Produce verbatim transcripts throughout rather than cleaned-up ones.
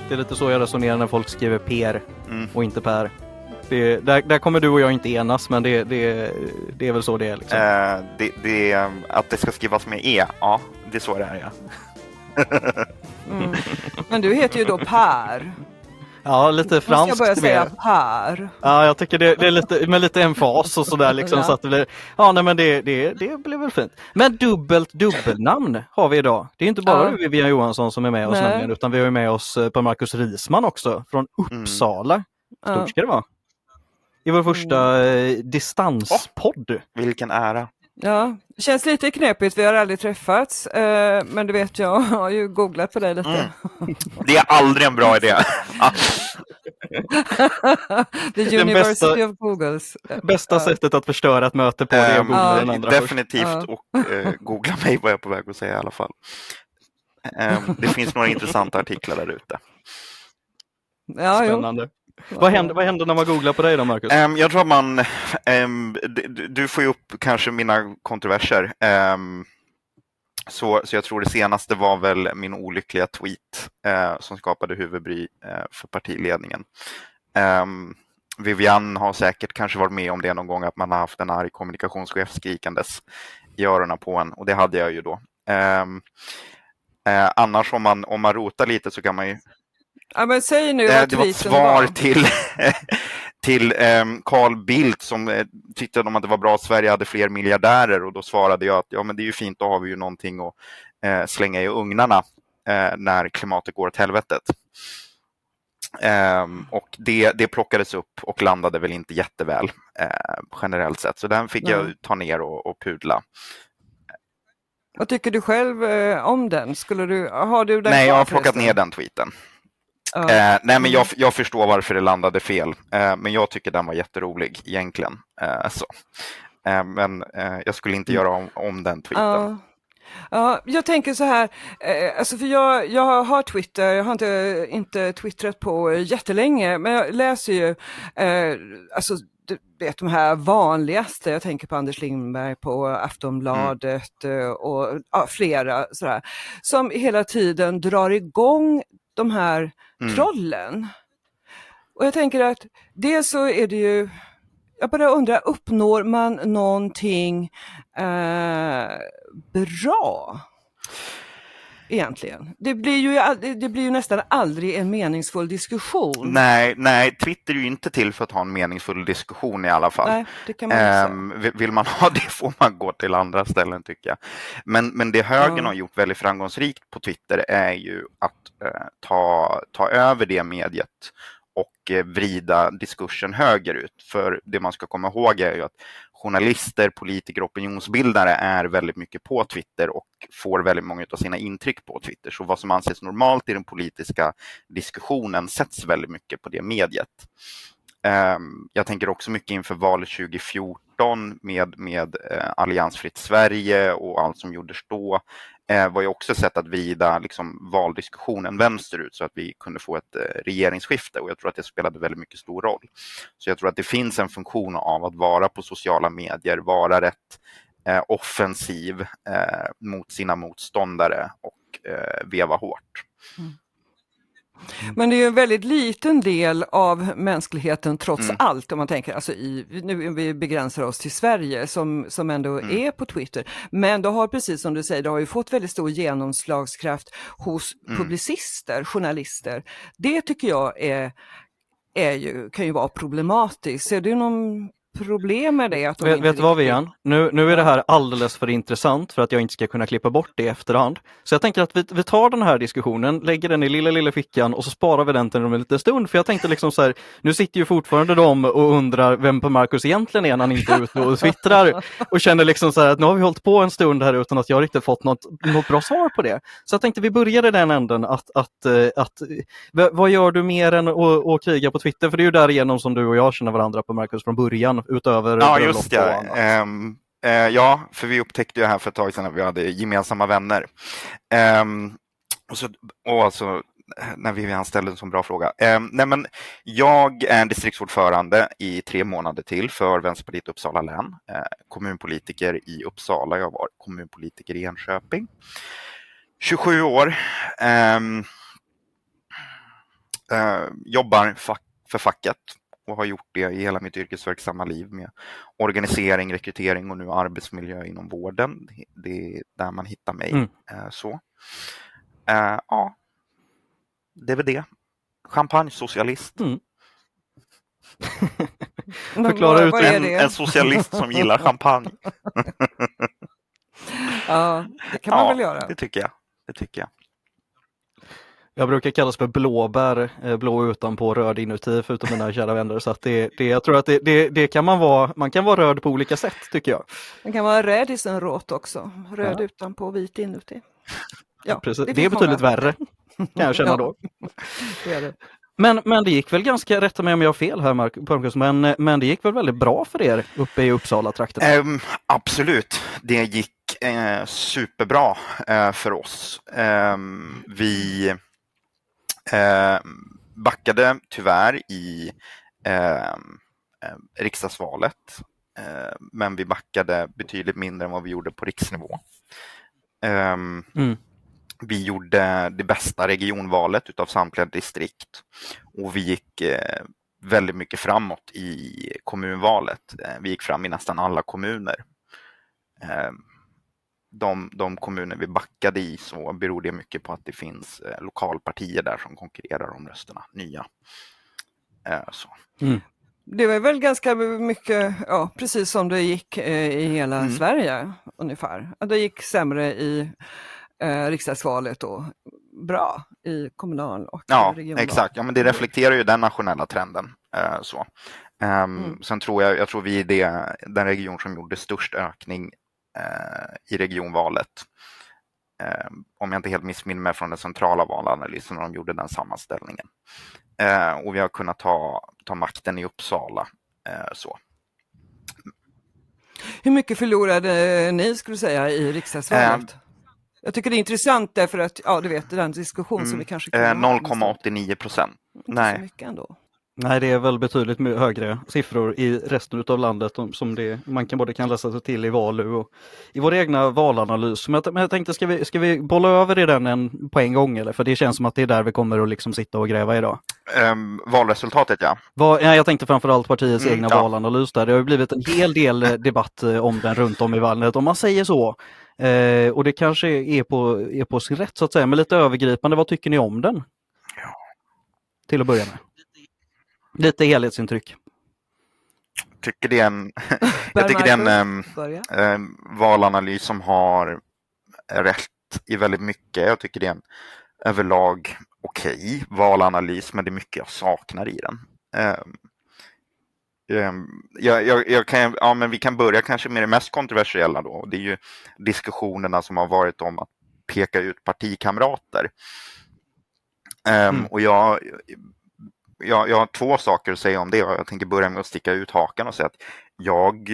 Det är lite så jag resonerar när folk skriver Per mm. och inte Per. Det, där, där kommer du och jag inte enas, men det, det, det är väl så det är. Liksom. Eh, det, det, att det ska skrivas med E, ja, det är så det är, ja. mm. Men du heter ju då Per. Ja, lite franskt. Måste jag börja säga Per? Ja, jag tycker det, det är lite med lite emfas och sådär liksom. Ja. Så att det blir, ja, nej, men det, det, det blir väl fint. Men dubbelt dubbelnamn har vi idag. Det är inte bara ja. Vivian Johansson som är med oss nämligen, utan vi har med oss på Marcus Risman också från Uppsala. Mm. Stort ska det vara. I vår första eh, distanspodd. Oh, vilken ära. Ja, det känns lite knepigt. Vi har aldrig träffats. Eh, men du vet, jag har ju googlat på dig lite. Mm. Det är aldrig en bra idé. The University bästa, of Googles. Bästa uh. sättet att förstöra ett möte på um, det är att googla uh, den andra definitivt. Först. Och uh, googla mig vad jag är på väg att säga i alla fall. Um, det finns några intressanta artiklar där ute. Ja, spännande. Jo. Vad händer, vad händer när man googlar på dig då, Marcus? Um, jag tror att man... Um, du, du får ju upp kanske mina kontroverser. Um, så, så jag tror det senaste var väl min olyckliga tweet uh, som skapade huvudbry uh, för partiledningen. Um, Vivian har säkert kanske varit med om det någon gång, att man har haft en arg kommunikationschef skrikandes i öronen på en. Och det hade jag ju då. Um, uh, annars om man, om man rotar lite så kan man ju... Ja, men säg nu det, det var ett svar var. till, till um, Carl Bildt som uh, tyckte om att det var bra att Sverige hade fler miljardärer, och då svarade jag att ja, men det är ju fint, då har vi ju någonting att uh, slänga i ugnarna uh, när klimatet går åt helvetet. Um, och det, det plockades upp och landade väl inte jätteväl uh, generellt sett, så den fick Nej. jag ta ner och, och pudla. Vad tycker du själv uh, om den? Skulle du, har du den? Nej, jag har plockat ner den tweeten. Uh, uh, nej, men jag, jag förstår varför det landade fel. Uh, men jag tycker den var jätterolig egentligen. Uh, så. Uh, men uh, jag skulle inte göra om, om den tweeten. Uh. Ja, jag tänker så här, eh, alltså för jag, jag har Twitter, jag har inte, inte twittrat på jättelänge, men jag läser ju, eh, alltså du vet de här vanligaste, jag tänker på Anders Lindberg på Aftonbladet mm. och ja, flera sådär, som hela tiden drar igång de här mm. trollen. Och jag tänker att det så är det ju, jag bara undrar, uppnår man någonting eh, bra egentligen? Det blir ju aldrig, det blir ju nästan aldrig en meningsfull diskussion. Nej, nej, Twitter är ju inte till för att ha en meningsfull diskussion i alla fall. Nej, det kan man um, säga. Vill man ha det får man gå till andra ställen, tycker jag. Men, men det högern mm. har gjort väldigt framgångsrikt på Twitter är ju att uh, ta, ta över det mediet och eh, vrida diskursen högerut. För det man ska komma ihåg är ju att journalister, politiker och opinionsbildare är väldigt mycket på Twitter och får väldigt många av sina intryck på Twitter. Så vad som anses normalt i den politiska diskussionen sätts väldigt mycket på det mediet. Um, jag tänker också mycket inför valet tjugo fjorton med, med uh, Alliansfritt Sverige och allt som gjordes då. Uh, var ju också ett sätt att vrida liksom, valdiskussionen vänsterut så att vi kunde få ett uh, regeringsskifte, och jag tror att det spelade väldigt mycket stor roll. Så jag tror att det finns en funktion av att vara på sociala medier, vara rätt uh, offensiv uh, mot sina motståndare och uh, veva hårt. Mm. Men det är ju en väldigt liten del av mänskligheten trots mm. allt, om man tänker, alltså i, nu vi begränsar oss till Sverige som, som ändå mm. är på Twitter. Men det har, precis som du säger, det har ju fått väldigt stor genomslagskraft hos mm. publicister, journalister. Det tycker jag är, är ju, kan ju vara problematiskt. Ser du någon problem med det? Att de vet vet du vad vi igen? Nu, nu är det här alldeles för intressant för att jag inte ska kunna klippa bort det i efterhand. Så jag tänker att vi, vi tar den här diskussionen, lägger den i lilla lilla fickan och så sparar vi den till en liten stund. För jag tänkte liksom så här, nu sitter ju fortfarande de och undrar vem på Marcus egentligen är när han inte är ute och twittrar. Och känner liksom så här att nu har vi hållit på en stund här utan att jag riktigt fått något, något bra svar på det. Så jag tänkte vi börjar i den änden att, att, att, att vad gör du mer än att, att kriga på Twitter? För det är ju därigenom som du och jag känner varandra på Marcus från början. Utöver ja, just det. Um, uh, ja, för vi upptäckte ju här för ett tag sedan att vi hade gemensamma vänner. Um, och, så, och alltså, när vi anställde en sån bra fråga. Um, nej, men jag är en distriktsordförande i tre månader till för Vänsterpartiet Uppsala län. Uh, kommunpolitiker i Uppsala. Jag var kommunpolitiker i Enköping. tjugosju år. Um, eh, jobbar fack, för facket och har gjort det i hela mitt yrkesverksamma liv med organisering, rekrytering och nu arbetsmiljö inom vården. Det är där man hittar mig. Mm. Eh, så. Eh, ja, det är väl det. Champagne-socialist. Mm. Förklara ut en, en socialist som gillar champagne. Ja, det kan man ja, väl göra. Det tycker jag. Det tycker jag. Jag brukar kallas för blåbär, blå utanpå, röd inuti för utom mina kära vänner. Så att det, det, jag tror att det, det, det kan man vara, man kan vara röd på olika sätt tycker jag. Man kan vara rädd i sin råt också, röd Ja. utanpå, vit inuti. Ja, precis. Det, det är betydligt många. Värre kan jag känna då. det är det. Men, men det gick väl ganska, rätta mig om jag har fel här Marcus, men, men det gick väl väldigt bra för er uppe i Uppsala-trakten? Um, absolut, det gick eh, superbra eh, för oss. Um, vi eh, backade tyvärr i eh, riksdagsvalet, eh, men vi backade betydligt mindre än vad vi gjorde på riksnivå. Um, mm. Vi gjorde det bästa regionvalet utav samtliga distrikt och vi gick eh, väldigt mycket framåt i kommunvalet. Eh, vi gick fram i nästan alla kommuner. Eh, de, de kommuner vi backade i så beror det mycket på att det finns eh, lokalpartier där som konkurrerar om rösterna, nya. Eh, så. Mm. Det var väl ganska mycket, ja, precis som det gick eh, i hela Mm. Sverige ungefär. Det gick sämre i eh, riksdagsvalet och bra i kommunal och ja, regional. Exakt. Ja, men det reflekterar ju den nationella trenden. Eh, så. Um, mm. Sen tror jag, jag tror vi är det, den region som gjorde störst ökning eh, i regionvalet. Eh, om jag inte helt missminner mig från den centrala valanalysen när de gjorde den sammanställningen. Eh, och vi har kunnat ta, ta makten i Uppsala. Eh, så. Hur mycket förlorade ni skulle säga i riksdagsvalet? Eh, jag tycker det är intressant därför att, ja du vet, den diskussion mm, som vi kanske kan eh, noll komma åttionio procent. Nej. Så mycket ändå. Nej, det är väl betydligt högre siffror i resten av landet som det, man kan både kan läsa sig till i Valu och i vår egna valanalys. Men jag, men jag tänkte, ska vi, ska vi bolla över i den en, på en gång? Eller? För det känns som att det är där vi kommer att liksom sitta och gräva idag. Um, valresultatet, ja. Var, ja. Jag tänkte framförallt partiets mm, egna ja. valanalys där. Det har blivit en hel del debatt om den runt om i landet, om man säger så. Eh, och det kanske är på, är på sin rätt så att säga. Men lite övergripande, vad tycker ni om den? Ja. Till att börja med. Lite helhetsintryck. Jag tycker det är en, jag tycker det är en um, um, valanalys som har rätt i väldigt mycket. Jag tycker det är en överlag okej okay valanalys, men det är mycket jag saknar i den. Um, um, jag, jag, jag kan, ja, men vi kan börja kanske med det mest kontroversiella då. Det är ju diskussionerna som har varit om att peka ut partikamrater. Um, mm. Och jag... Jag, jag har två saker att säga om det. Jag tänker börja med att sticka ut hakan och säga att jag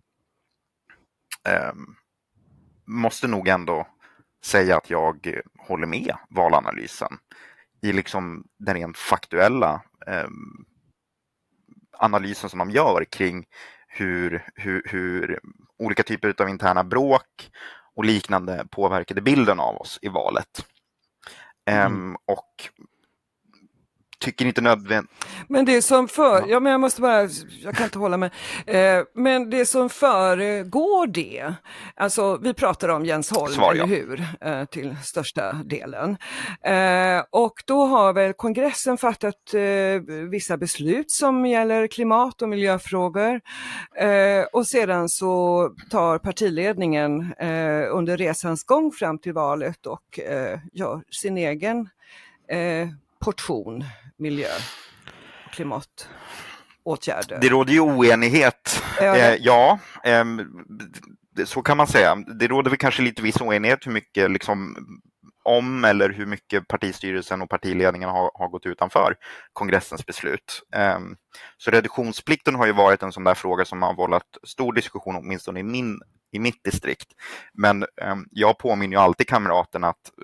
eh, måste nog ändå säga att jag håller med valanalysen i liksom den rent faktuella eh, analysen som de gör kring hur, hur, hur olika typer av interna bråk och liknande påverkade bilden av oss i valet. Mm. Eh, och tycker inte nödvändigt. Men det som för, ja men jag måste bara, jag kan inte hålla mig, eh, men det som föregår det, alltså vi pratar om Jens Holm, Svar, eller ja. hur, eh, till största delen. Eh, och då har väl kongressen fattat eh, vissa beslut som gäller klimat- och miljöfrågor. Eh, och sedan så tar partiledningen eh, under resans gång fram till valet och eh, gör sin egen eh, portion miljö- och klimatåtgärder. Det råder ju oenighet. Ja, eh, ja eh, så kan man säga. Det råder väl kanske lite viss oenighet hur mycket liksom, om eller hur mycket partistyrelsen och partiledningen har, har gått utanför kongressens beslut. Eh, så reduktionsplikten har ju varit en sån där fråga som har vållat stor diskussion åtminstone i, min, i mitt distrikt. Men eh, jag påminner ju alltid kamraterna att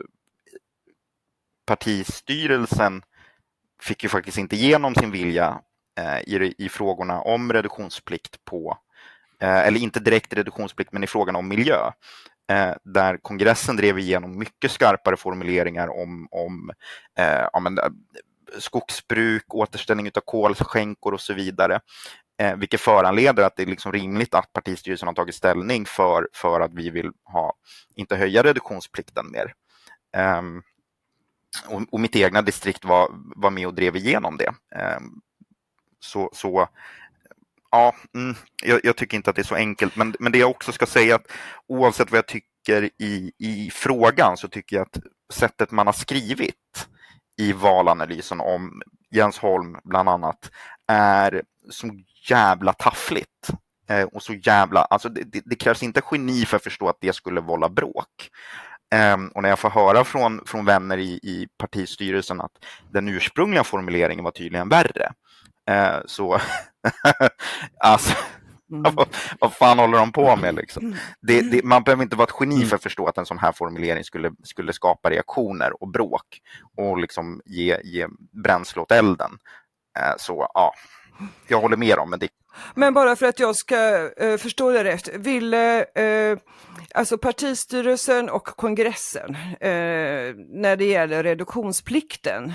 partistyrelsen fick ju faktiskt inte igenom sin vilja eh, i, i frågorna om reduktionsplikt på, eh, eller inte direkt reduktionsplikt men i frågan om miljö. Eh, där kongressen drev igenom mycket skarpare formuleringar om, om eh, ja, men, skogsbruk, återställning av kolskänkor och så vidare. Eh, vilket föranleder att det är liksom rimligt att partistyrelsen har tagit ställning för, för att vi vill ha, inte höja reduktionsplikten mer. Um, och, och mitt egna distrikt var, var med och drev igenom det. Um, så, så ja, mm, jag, jag tycker inte att det är så enkelt. Men, men det jag också ska säga att oavsett vad jag tycker i, i frågan så tycker jag att sättet man har skrivit i valanalysen om Jens Holm bland annat är så jävla taffligt. Eh, och så jävla, alltså det, det, det krävs inte geni för att förstå att det skulle vålla bråk. Eh, och när jag får höra från, från vänner i, i partistyrelsen att den ursprungliga formuleringen var tydligen värre. Eh, så, alltså, mm. vad, vad fan håller de på med liksom? Det, det, man behöver inte vara ett geni för att förstå att en sån här formulering skulle, skulle skapa reaktioner och bråk och liksom ge, ge bränsle åt elden. Eh, så ja, jag håller med om det. Men bara för att jag ska eh, förstå det rätt, ville eh, alltså partistyrelsen och kongressen eh, när det gäller reduktionsplikten,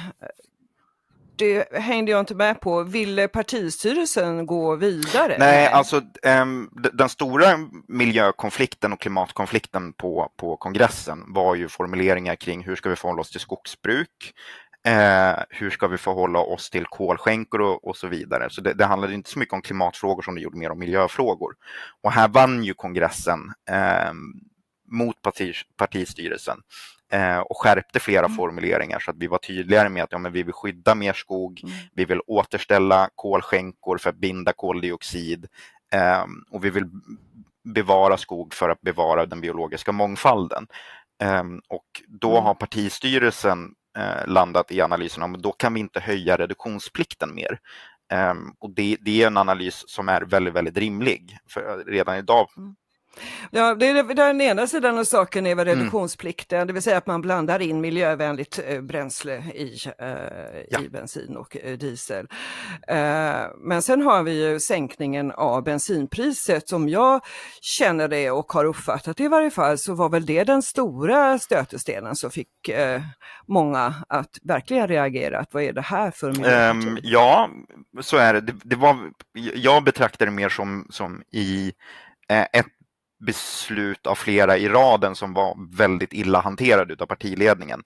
det hängde jag inte med på. Ville partistyrelsen gå vidare? Nej, alltså um, den stora miljökonflikten och klimatkonflikten på, på kongressen var ju formuleringar kring hur ska vi förhålla oss till skogsbruk, eh, hur ska vi förhålla oss till kolskänkor och, och så vidare. Så det, det handlade inte så mycket om klimatfrågor som det gjorde mer om miljöfrågor. Och här vann ju kongressen eh, mot parti, partistyrelsen. Och skärpte flera mm. formuleringar så att vi var tydligare med att ja, men vi vill skydda mer skog, mm. vi vill återställa kolskänkor för att binda koldioxid eh, och vi vill bevara skog för att bevara den biologiska mångfalden. Eh, och då mm. har partistyrelsen eh, landat i analysen om att då kan vi inte höja reduktionsplikten mer. Eh, och det, det är en analys som är väldigt, väldigt rimlig. För redan idag mm. Ja, det är den ena sidan av saken är reduktionsplikten, mm. det vill säga att man blandar in miljövänligt eh, bränsle i, eh, ja. i bensin och eh, diesel. Eh, men sen har vi ju sänkningen av bensinpriset som jag känner det och har uppfattat i varje fall, så var väl det den stora stötestenen som fick eh, många att verkligen reagera. Vad är det här för miljöparti? Um, ja, så är det. det, det var, jag betraktar det mer som, som i eh, ett beslut av flera i raden som var väldigt illa hanterade av partiledningen.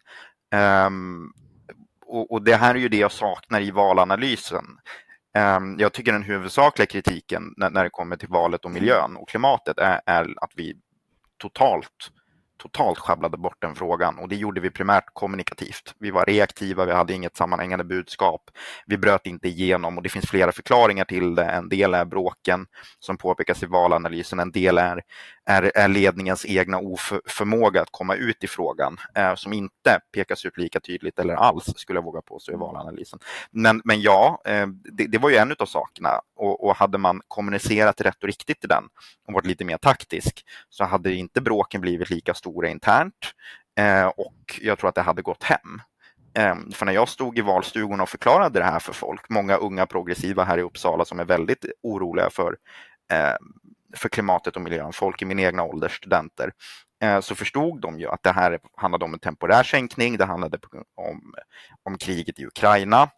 Um, och, och det här är ju det jag saknar i valanalysen. Um, jag tycker den huvudsakliga kritiken när, när det kommer till valet och miljön och klimatet är, är att vi totalt totalt sjabblade bort den frågan, och det gjorde vi primärt kommunikativt. Vi var reaktiva, vi hade inget sammanhängande budskap, vi bröt inte igenom, och det finns flera förklaringar till det. En del är bråken som påpekas i valanalysen, en del är, är, är ledningens egna oförmåga att komma ut i frågan eh, som inte pekas ut lika tydligt eller alls, skulle jag våga påstå, i valanalysen. Men, men ja, eh, det, det var ju en av sakerna, och, och hade man kommunicerat rätt och riktigt i den och varit lite mer taktisk, så hade inte bråken blivit lika stora internt, eh, och jag tror att det hade gått hem. Eh, för när jag stod i valstugorna och förklarade det här för folk, många unga progressiva här i Uppsala som är väldigt oroliga för, eh, för klimatet och miljön, folk i min egna ålder, studenter, eh, så förstod de ju att det här handlade om en temporär sänkning, det handlade om, om kriget i Ukraina,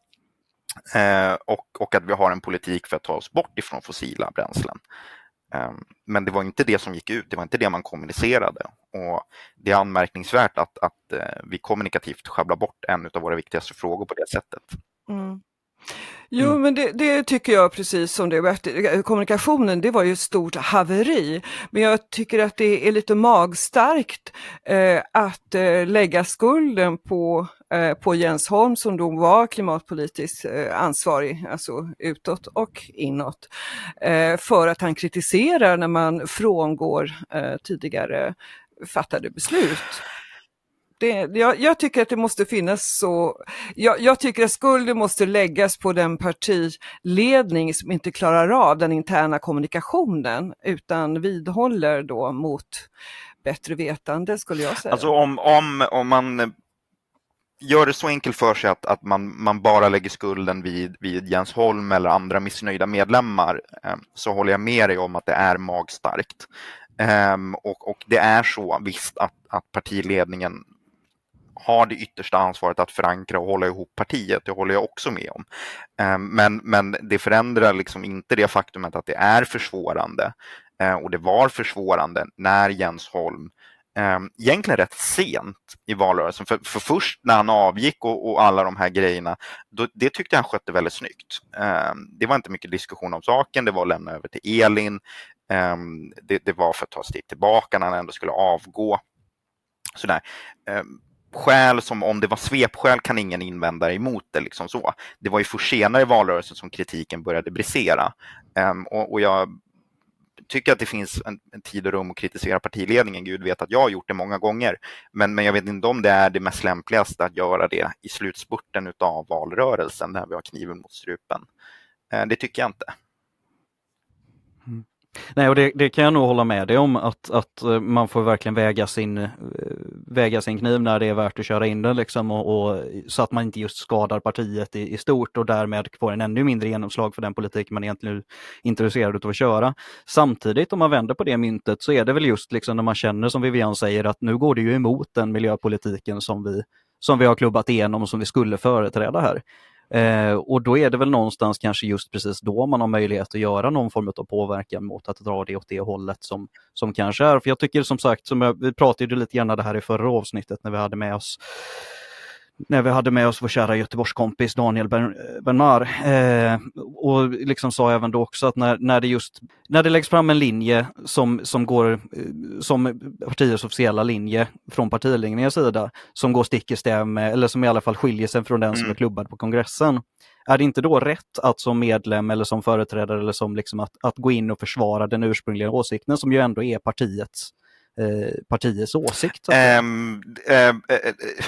eh, och, och att vi har en politik för att ta oss bort ifrån fossila bränslen. Men det var inte det som gick ut, det var inte det man kommunicerade, och det är anmärkningsvärt att, att vi kommunikativt sjabblar bort en av våra viktigaste frågor på det sättet. Mm. Jo, mm. men det, det tycker jag, precis som det, kommunikationen, det var ju ett stort haveri, men jag tycker att det är lite magstarkt eh, att eh, lägga skulden på eh, på Jens Holm, som då var klimatpolitiskt eh, ansvarig, alltså utåt och inåt, eh, för att han kritiserar när man frångår eh, tidigare fattade beslut. Det, jag, jag tycker att det måste finnas så, jag, jag tycker att skulden måste läggas på den partiledning som inte klarar av den interna kommunikationen, utan vidhåller då mot bättre vetande, skulle jag säga. Alltså om, om, om man gör det så enkelt för sig att, att man, man bara lägger skulden vid, vid Jens Holm eller andra missnöjda medlemmar, eh, så håller jag med dig om att det är magstarkt. Eh, och, och det är så visst att, att partiledningen har det yttersta ansvaret att förankra och hålla ihop partiet. Det håller jag också med om. Men, men det förändrar liksom inte det faktumet att det är försvårande. Och det var försvårande när Jens Holm egentligen rätt sent i valrörelsen. För, för först när han avgick och, och alla de här grejerna, då, det tyckte han skötte väldigt snyggt. Det var inte mycket diskussion om saken, det var att lämna över till Elin. Det, det var för att ta steg tillbaka när han ändå skulle avgå. Sådär. Skäl som om det var svepskäl kan ingen invända emot det. Liksom så. Det var ju för senare i valrörelsen som kritiken började brisera. Och, och jag tycker att det finns en, en tid och rum att kritisera partiledningen. Gud vet att jag har gjort det många gånger. Men, men jag vet inte om det är det mest lämpligaste att göra det i slutspurten av valrörelsen när vi har kniven mot strupen. Det tycker jag inte. Mm. Nej, och det, det kan jag nog hålla med dig om, att, att man får verkligen väga sin, väga sin kniv när det är värt att köra in den liksom, och, och, så att man inte just skadar partiet i, i stort och därmed får en ännu mindre genomslag för den politik man egentligen är intresserad av att köra. Samtidigt, om man vänder på det myntet, så är det väl just liksom när man känner, som Vivian säger, att nu går det ju emot den miljöpolitiken som vi, som vi har klubbat igenom och som vi skulle företräda här. Eh, och då är det väl någonstans kanske just precis då man har möjlighet att göra någon form av påverkan mot att dra det åt det hållet som, som kanske är. För jag tycker som sagt, som jag, vi pratade lite grann det här i förra avsnittet när vi hade med oss när vi hade med oss vår kära Göteborgskompis Daniel Bernard eh, och liksom sa även då också att när, när det just när det läggs fram en linje som, som går som partiets officiella linje från partiledningens sida som går stick i stäv med, eller som i alla fall skiljer sig från den som är klubbad på kongressen, är det inte då rätt att som medlem eller som företrädare eller som liksom att, att gå in och försvara den ursprungliga åsikten som ju ändå är partiets eh, partiets åsikt? Um, uh, uh, uh.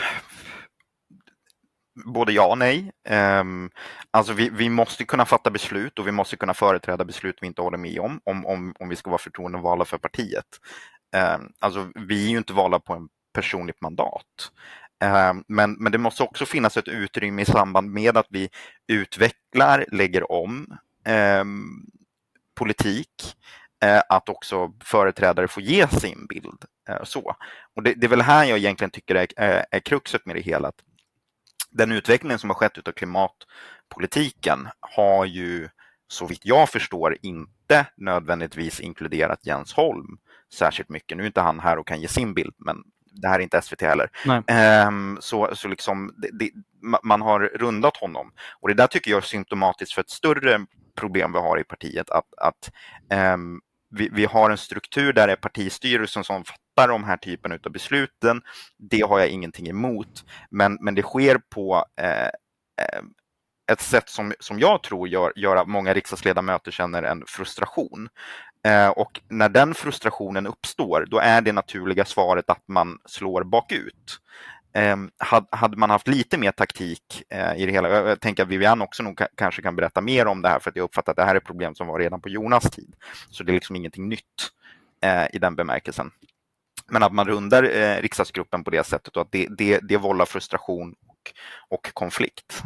Både ja och nej. Um, alltså vi, vi måste kunna fatta beslut och vi måste kunna företräda beslut vi inte håller med om, om, om, om vi ska vara förtroendevalda för partiet. Um, alltså vi är ju inte valda på en personligt mandat. Um, men, men det måste också finnas ett utrymme i samband med att vi utvecklar, lägger om um, politik, uh, att också företrädare får ge sin bild. Uh, så. Och det, det är väl här jag egentligen tycker är, är, är kruxet med det hela. Den utvecklingen som har skett utav klimatpolitiken har ju, så vitt jag förstår, inte nödvändigtvis inkluderat Jens Holm särskilt mycket. Nu är inte han här och kan ge sin bild, men det här är inte S V T heller. Um, så, så liksom, det, det, man har rundat honom. Och det där tycker jag är symptomatiskt för ett större problem vi har i partiet. Att, att um, vi, vi har en struktur där det är partistyrelsen som fattar de här typen av besluten. Det har jag ingenting emot. Men, men det sker på eh, ett sätt som, som jag tror gör, gör att många riksdagsledamöter känner en frustration. Eh, och när den frustrationen uppstår, då är det naturliga svaret att man slår bakut. Eh, hade, hade man haft lite mer taktik eh, i det hela, jag tänker att Vivian också nog k- kanske kan berätta mer om det här, för att jag uppfattar att det här är problem som var redan på Jonas tid. Så det är liksom ingenting nytt eh, i den bemärkelsen. Men att man rundar eh, riksdagsgruppen på det sättet och att det, det, det vållar frustration och, och konflikt.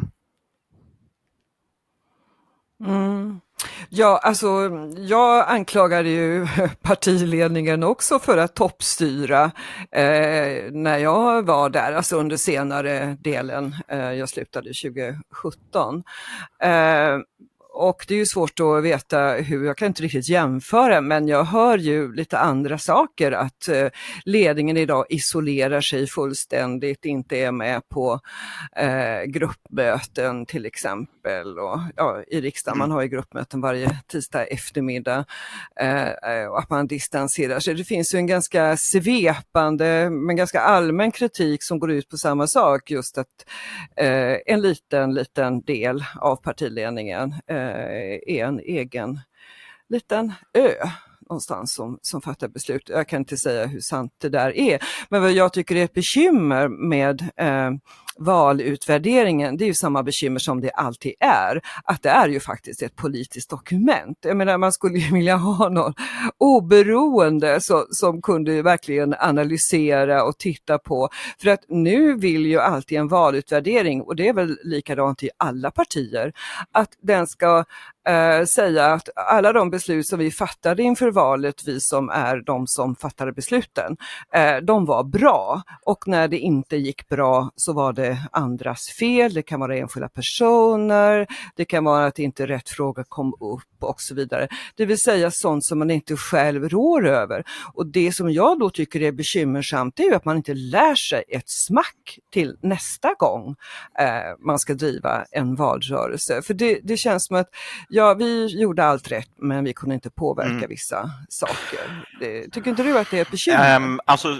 Mm. Ja, alltså jag anklagade ju partiledningen också för att toppstyra eh, när jag var där, alltså under senare delen, eh, jag slutade tjugo sjutton. Eh, Och det är ju svårt att veta hur, jag kan inte riktigt jämföra, men jag hör ju lite andra saker, att eh, ledningen idag isolerar sig fullständigt, inte är med på eh, gruppmöten till exempel. Och, ja, i riksdagen, man har ju gruppmöten varje tisdag eftermiddag, eh, och att man distanserar sig. Det finns ju en ganska svepande men ganska allmän kritik som går ut på samma sak, just att eh, en liten, liten del av partiledningen eh, är en egen liten ö någonstans som, som fattar beslut. Jag kan inte säga hur sant det där är, men vad jag tycker är ett bekymmer med eh, valutvärderingen, det är ju samma bekymmer som det alltid är, att det är ju faktiskt ett politiskt dokument. Jag menar, man skulle ju vilja ha någon oberoende så, som kunde verkligen analysera och titta på, för att nu vill ju alltid en valutvärdering, och det är väl likadant i alla partier, att den ska eh, säga att alla de beslut som vi fattade inför valet, vi som är de som fattade besluten, eh, de var bra, och när det inte gick bra så var det andras fel. Det kan vara enskilda personer, det kan vara att inte rätt fråga kom upp och så vidare. Det vill säga sånt som man inte själv rår över. Och det som jag då tycker är bekymmersamt är ju att man inte lär sig ett smack till nästa gång eh, man ska driva en valrörelse. För det, det känns som att ja, vi gjorde allt rätt, men vi kunde inte påverka mm. vissa saker. Det, tycker inte du att det är ett bekymmer? Um, alltså...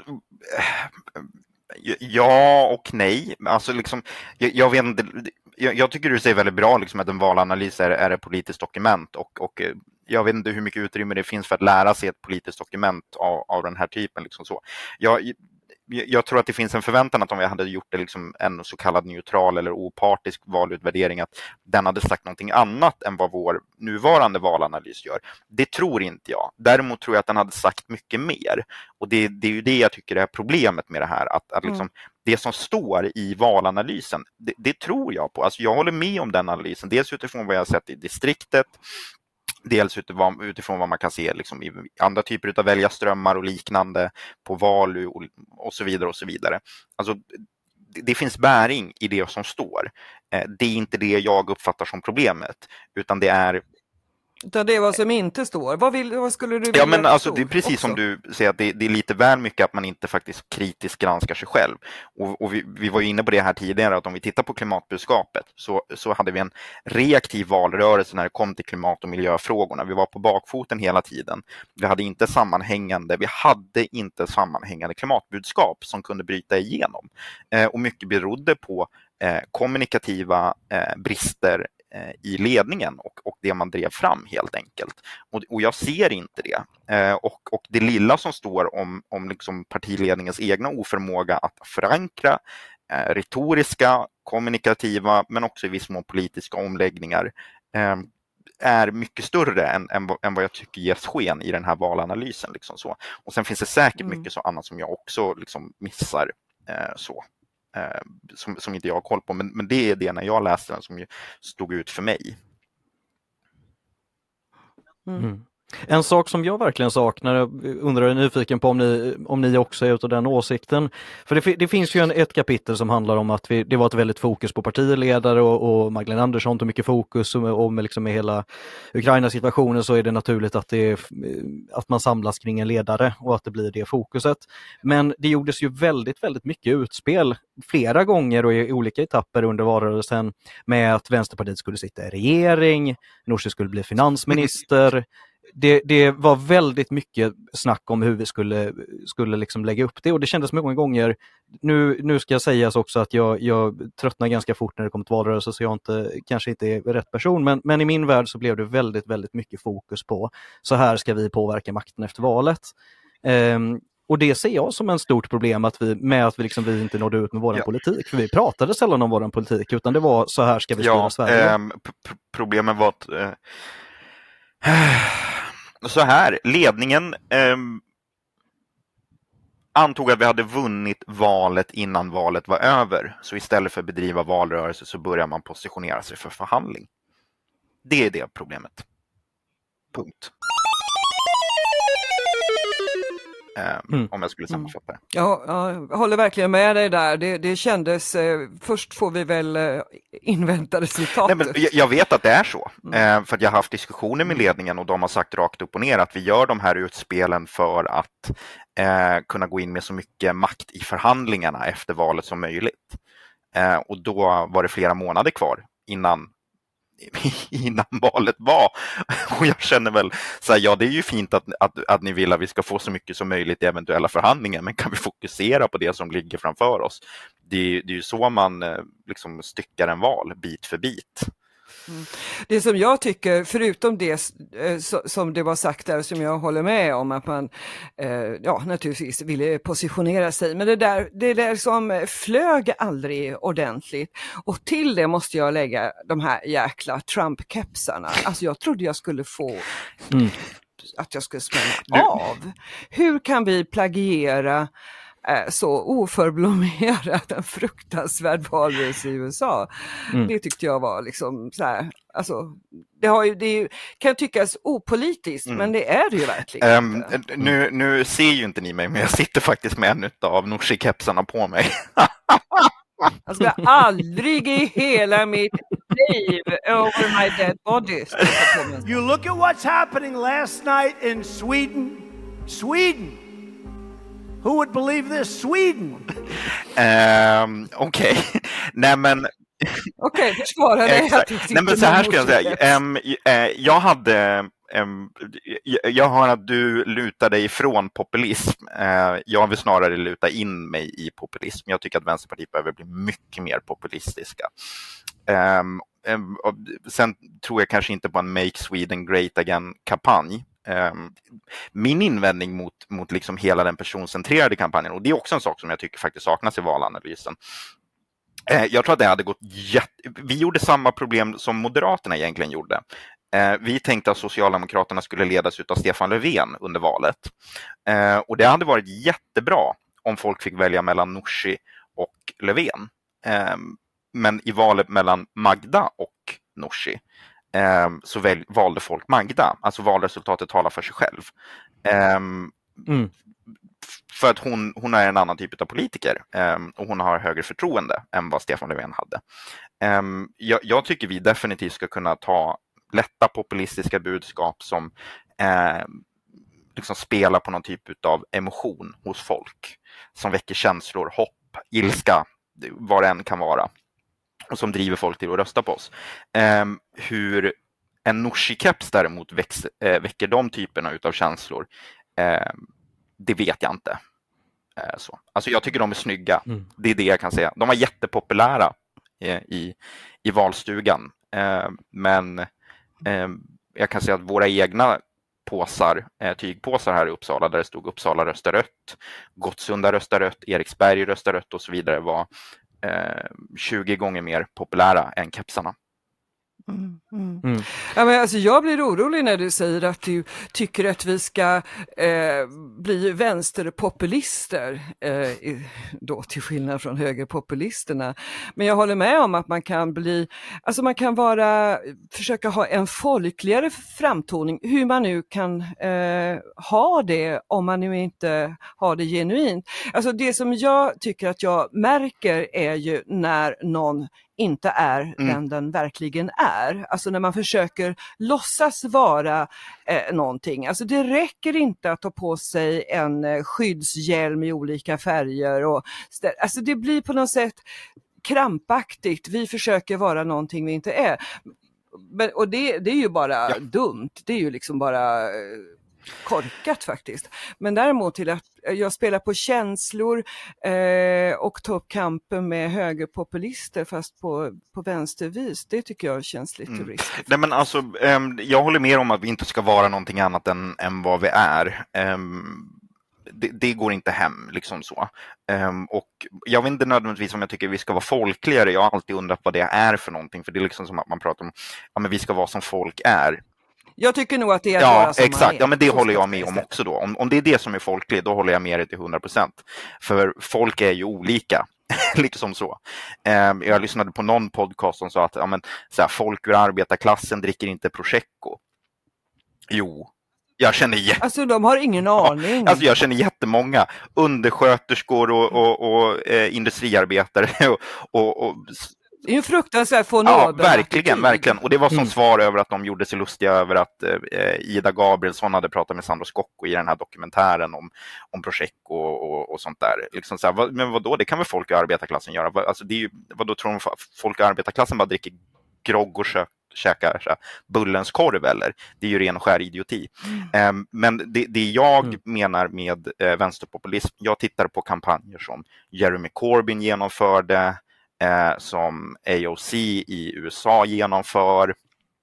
Ja och nej. Alltså liksom, jag, jag vet inte, jag, jag tycker du säger väldigt bra liksom, att en valanalys är, är ett politiskt dokument, och, och jag vet inte hur mycket utrymme det finns för att lära sig ett politiskt dokument av, av den här typen. Liksom så. Jag, jag tror att det finns en förväntan att om vi hade gjort det liksom en så kallad neutral eller opartisk valutvärdering, att den hade sagt någonting annat än vad vår nuvarande valanalys gör. Det tror inte jag. Däremot tror jag att den hade sagt mycket mer. Och det, det är ju det jag tycker är problemet med det här. Att, att liksom, mm. det som står i valanalysen, det, det tror jag på. Alltså jag håller med om den analysen. Dels utifrån vad jag har sett i distriktet, dels utifrån, utifrån vad man kan se liksom, i andra typer av väljarströmmar och liknande på val och, och så vidare och så vidare. Alltså, det, det finns bäring i det som står. Eh, det är inte det jag uppfattar som problemet, utan det är Utan det är vad som inte står. Vad, vill, vad skulle du vilja? Ja, men alltså, det är precis också som du säger, att det, det är lite väl mycket att man inte faktiskt kritiskt granskar sig själv. Och, och vi, vi var ju inne på det här tidigare, att om vi tittar på klimatbudskapet så, så hade vi en reaktiv valrörelse när det kom till klimat- och miljöfrågorna. Vi var på bakfoten hela tiden. Vi hade inte sammanhängande, vi hade inte sammanhängande klimatbudskap som kunde bryta igenom. Eh, och mycket berodde på eh, kommunikativa eh, brister i ledningen och, och det man drev fram helt enkelt. Och, och jag ser inte det. Eh, och, och det lilla som står om, om liksom partiledningens egna oförmåga att förankra eh, retoriska, kommunikativa men också i viss mån politiska omläggningar eh, är mycket större än, än, än vad jag tycker ges sken i den här valanalysen. Liksom så. Och sen finns det säkert mm. mycket så annat som jag också liksom missar eh, så. Som, som inte jag har koll på, men, men det är det när jag läste den som stod ut för mig. Mm. En sak som jag verkligen saknar, undrar, är nyfiken på om ni, om ni också är utav den åsikten. För det, det finns ju en, ett kapitel som handlar om att vi, det var ett väldigt fokus på partiledare och, och Magdalena Andersson tog mycket fokus, och med, och med, liksom med hela Ukraina-situationen så är det naturligt att, det, att man samlas kring en ledare och att det blir det fokuset. Men det gjordes ju väldigt, väldigt mycket utspel flera gånger och i olika etapper under valrörelsen med att Vänsterpartiet skulle sitta i regering, Nooshi skulle bli finansminister. Det, det var väldigt mycket snack om hur vi skulle, skulle liksom lägga upp det, och det kändes många gånger, nu, nu ska jag sägas också att jag, jag tröttnar ganska fort när det kommer till valrörelse, så jag inte, kanske inte är rätt person, men, men i min värld så blev det väldigt, väldigt mycket fokus på så här ska vi påverka makten efter valet. Um, och det ser jag som en stort problem, att vi, med att vi, liksom, vi inte nådde ut med vår ja. politik, för vi pratade sällan om vår politik, utan det var så här ska vi styra ja, Sverige. Um, p- problemet var att uh... Så här, ledningen eh, antog att vi hade vunnit valet innan valet var över. Så istället för att bedriva valrörelse så börjar man positionera sig för förhandling. Det är det problemet. Punkt. Mm. Om jag skulle sammanfatta det. Ja, jag håller verkligen med dig där. Det, det kändes, eh, först får vi väl eh, invänta resultatet. Nej, men jag, jag vet att det är så. Mm. Eh, för att jag har haft diskussioner med ledningen och de har sagt rakt upp och ner att vi gör de här utspelen för att eh, kunna gå in med så mycket makt i förhandlingarna efter valet som möjligt. Eh, och då var det flera månader kvar innan innan valet var. Och jag känner väl så här, ja det är ju fint att, att, att ni vill att vi ska få så mycket som möjligt i eventuella förhandlingar, men kan vi fokusera på det som ligger framför oss? Det är, det är ju så man liksom styckar en val, bit för bit. Mm. det som jag tycker, förutom det eh, så, som det var sagt där, som jag håller med om, att man eh, ja, naturligtvis ville positionera sig, men det där, det där som flög aldrig ordentligt. Och till det måste jag lägga de här jäkla Trump-kepsarna. Alltså jag trodde jag skulle få mm. att jag skulle smälla av. Hur kan vi plagiera eh, så oförblommerat en fruktansvärd valrörelse i U S A? Mm. Det tyckte jag var liksom så här, alltså det, har ju, det är ju, kan tyckas opolitiskt, mm. men det är det ju verkligen. Um, nu, nu ser ju inte ni mig, men jag sitter faktiskt med en av Nooshi-kepsarna på mig. Jag ska aldrig i hela mitt liv over my dead body. You look at what's happening last night in Sweden. Sweden. Who would believe this? Sweden. Um, Okej. Okay. Nej men... Okej, okay, försvara det. Nej men så här ska jag säga. Um, uh, jag hade... Um, jag hör att du lutar dig ifrån populism. Uh, jag vill snarare luta in mig i populism. Jag tycker att Vänsterpartiet behöver bli mycket mer populistiska. Um, um, sen tror jag kanske inte på en Make Sweden Great Again-kampanj. Um, min invändning mot, mot liksom hela den personcentrerade kampanjen, och det är också en sak som jag tycker faktiskt saknas i valanalysen. Uh, jag tror att det hade gått jätte... Vi gjorde samma problem som Moderaterna egentligen gjorde. Vi tänkte att Socialdemokraterna skulle ledas av Stefan Löfven under valet. Och det hade varit jättebra om folk fick välja mellan Nooshi och Löfven. Men i valet mellan Magda och Nooshi så väl, valde folk Magda. Alltså valresultatet talar för sig själv. Mm. För att hon, hon är en annan typ av politiker. Och hon har högre förtroende än vad Stefan Löfven hade. Jag, jag tycker vi definitivt ska kunna ta lätta populistiska budskap som eh, liksom spelar på någon typ av emotion hos folk. Som väcker känslor, hopp, ilska, vad det än kan vara. Och som driver folk till att rösta på oss. Eh, hur en Nooshi-keps däremot väx, eh, väcker de typerna av känslor, eh, det vet jag inte. Eh, så. Alltså jag tycker de är snygga. Mm. Det är det jag kan säga. De var jättepopulära eh, i, i valstugan. Eh, men jag kan säga att våra egna påsar, tygpåsar här i Uppsala, där det stod Uppsala röstar rött, Gottsunda röstar rött, Eriksberg röstar rött och så vidare, var tjugo gånger mer populära än kepsarna. Mm, mm. Mm. Ja, men alltså jag blir orolig när du säger att du tycker att vi ska eh, bli vänsterpopulister, eh, då till skillnad från högerpopulisterna. Men jag håller med om att man kan bli, alltså man kan vara, försöka ha en folkligare framtoning, hur man nu kan eh, ha det om man nu inte har det genuint. Alltså det som jag tycker att jag märker är ju när någon inte är mm. den den verkligen är. Alltså när man försöker låtsas vara eh, någonting. Alltså det räcker inte att ta på sig en eh, skyddshjälm i olika färger. Och, alltså det blir på något sätt krampaktigt. Vi försöker vara någonting vi inte är. Men, och det, det är ju bara ja. dumt. Det är ju liksom bara... Eh, korkat faktiskt. Men däremot till att jag spelar på känslor eh, och ta upp kampen med högerpopulister fast på, på vänstervis, det tycker jag känns lite mm. riskigt. Nej, men alltså, eh, jag håller med om att vi inte ska vara någonting annat än, än vad vi är. Eh, det, det går inte hem liksom så. Eh, och jag vet inte nödvändigtvis om jag tycker vi ska vara folkligare. Jag har alltid undrat vad det är för någonting, för det är liksom som att man pratar om ja, men vi ska vara som folk är. Jag tycker nog att det är ja, bara som exakt. man är. Ja, men det håller jag med om också då. Om, om det är det som är folkligt, då håller jag med dig till hundra procent. För folk är ju olika, liksom så. Eh, jag lyssnade på någon podcast som sa att ja, men, så här, folk ur arbetarklassen dricker inte Prosecco. Jo, jag känner jätte... Alltså de har ingen aning. Ja, alltså jag känner jättemånga undersköterskor och, och, och eh, industriarbetare och... och, och det är ju fruktansvärt få ja, verkligen, verkligen. Och det var som mm. svar över att de gjorde sig lustiga över att eh, Ida Gabrielsson hade pratat med Sandro Scocco i den här dokumentären om, om Prosecco och, och, och sånt där. Liksom så här, vad, men vadå, det kan väl folk i arbetarklassen göra? Vad, alltså det är ju, vadå tror de folk i arbetarklassen bara dricker grogg och kö, käkar så här, bullens korv eller? Det är ju ren och skär idioti. Mm. Um, men det, det jag mm. menar med eh, vänsterpopulism, jag tittar på kampanjer som Jeremy Corbyn genomförde, Eh, som A O C i U S A genomför,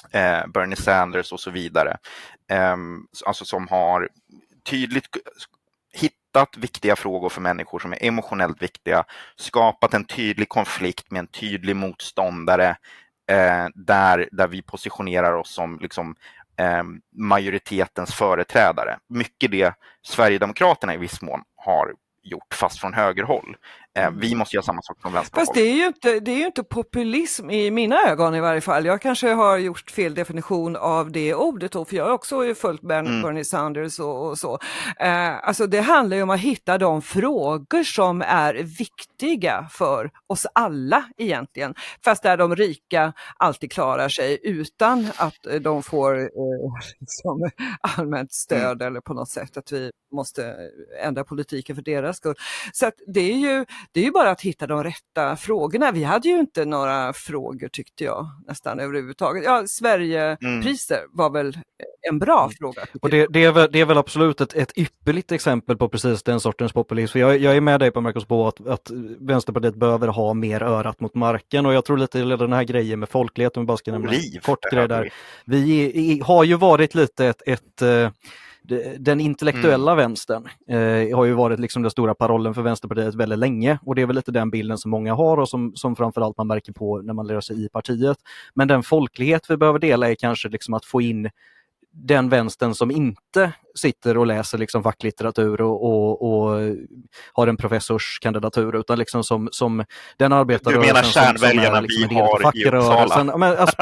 eh, Bernie Sanders och så vidare. Eh, alltså som har tydligt hittat viktiga frågor för människor som är emotionellt viktiga, skapat en tydlig konflikt med en tydlig motståndare eh, där, där vi positionerar oss som liksom, eh, majoritetens företrädare. Mycket det Sverigedemokraterna i viss mån har gjort, fast från högerhåll. Eh, vi måste göra samma sak från vänsterhåll. Fast det är ju inte, det är ju inte populism i mina ögon i varje fall. Jag kanske har gjort fel definition av det ordet då, för jag har också följt Bernie, mm. Bernie Sanders och, och så. Eh, alltså det handlar ju om att hitta de frågor som är viktiga för oss alla egentligen. Fast där de rika alltid klarar sig utan att de får eh, liksom allmänt stöd mm. eller på något sätt att vi måste ändra politiken för deras skull. Så att det är ju det är ju bara att hitta de rätta frågorna. Vi hade ju inte några frågor tyckte jag nästan överhuvudtaget. Ja, Sverigepriser mm. var väl en bra mm. fråga. Och det, det, är väl, det är väl absolut ett, ett ypperligt exempel på precis den sortens populism. Jag, jag är med dig på Marcus på att, att Vänsterpartiet behöver ha mer örat mot marken, och jag tror lite den här grejen med folklighet, om vi bara ska nämna en kort grej där. Vi i, har ju varit lite ett, ett den intellektuella mm. vänstern eh, har ju varit liksom den stora parollen för Vänsterpartiet väldigt länge, och det är väl lite den bilden som många har och som, som framförallt man märker på när man lär sig i partiet. Men den folklighet vi behöver dela är kanske liksom att få in den vänstern som inte sitter och läser liksom facklitteratur och, och, och har en professorskandidatur, utan liksom som, som den arbetarrörelsen. Du menar kärnväljarna liksom vi har i Uppsala? Men, alltså,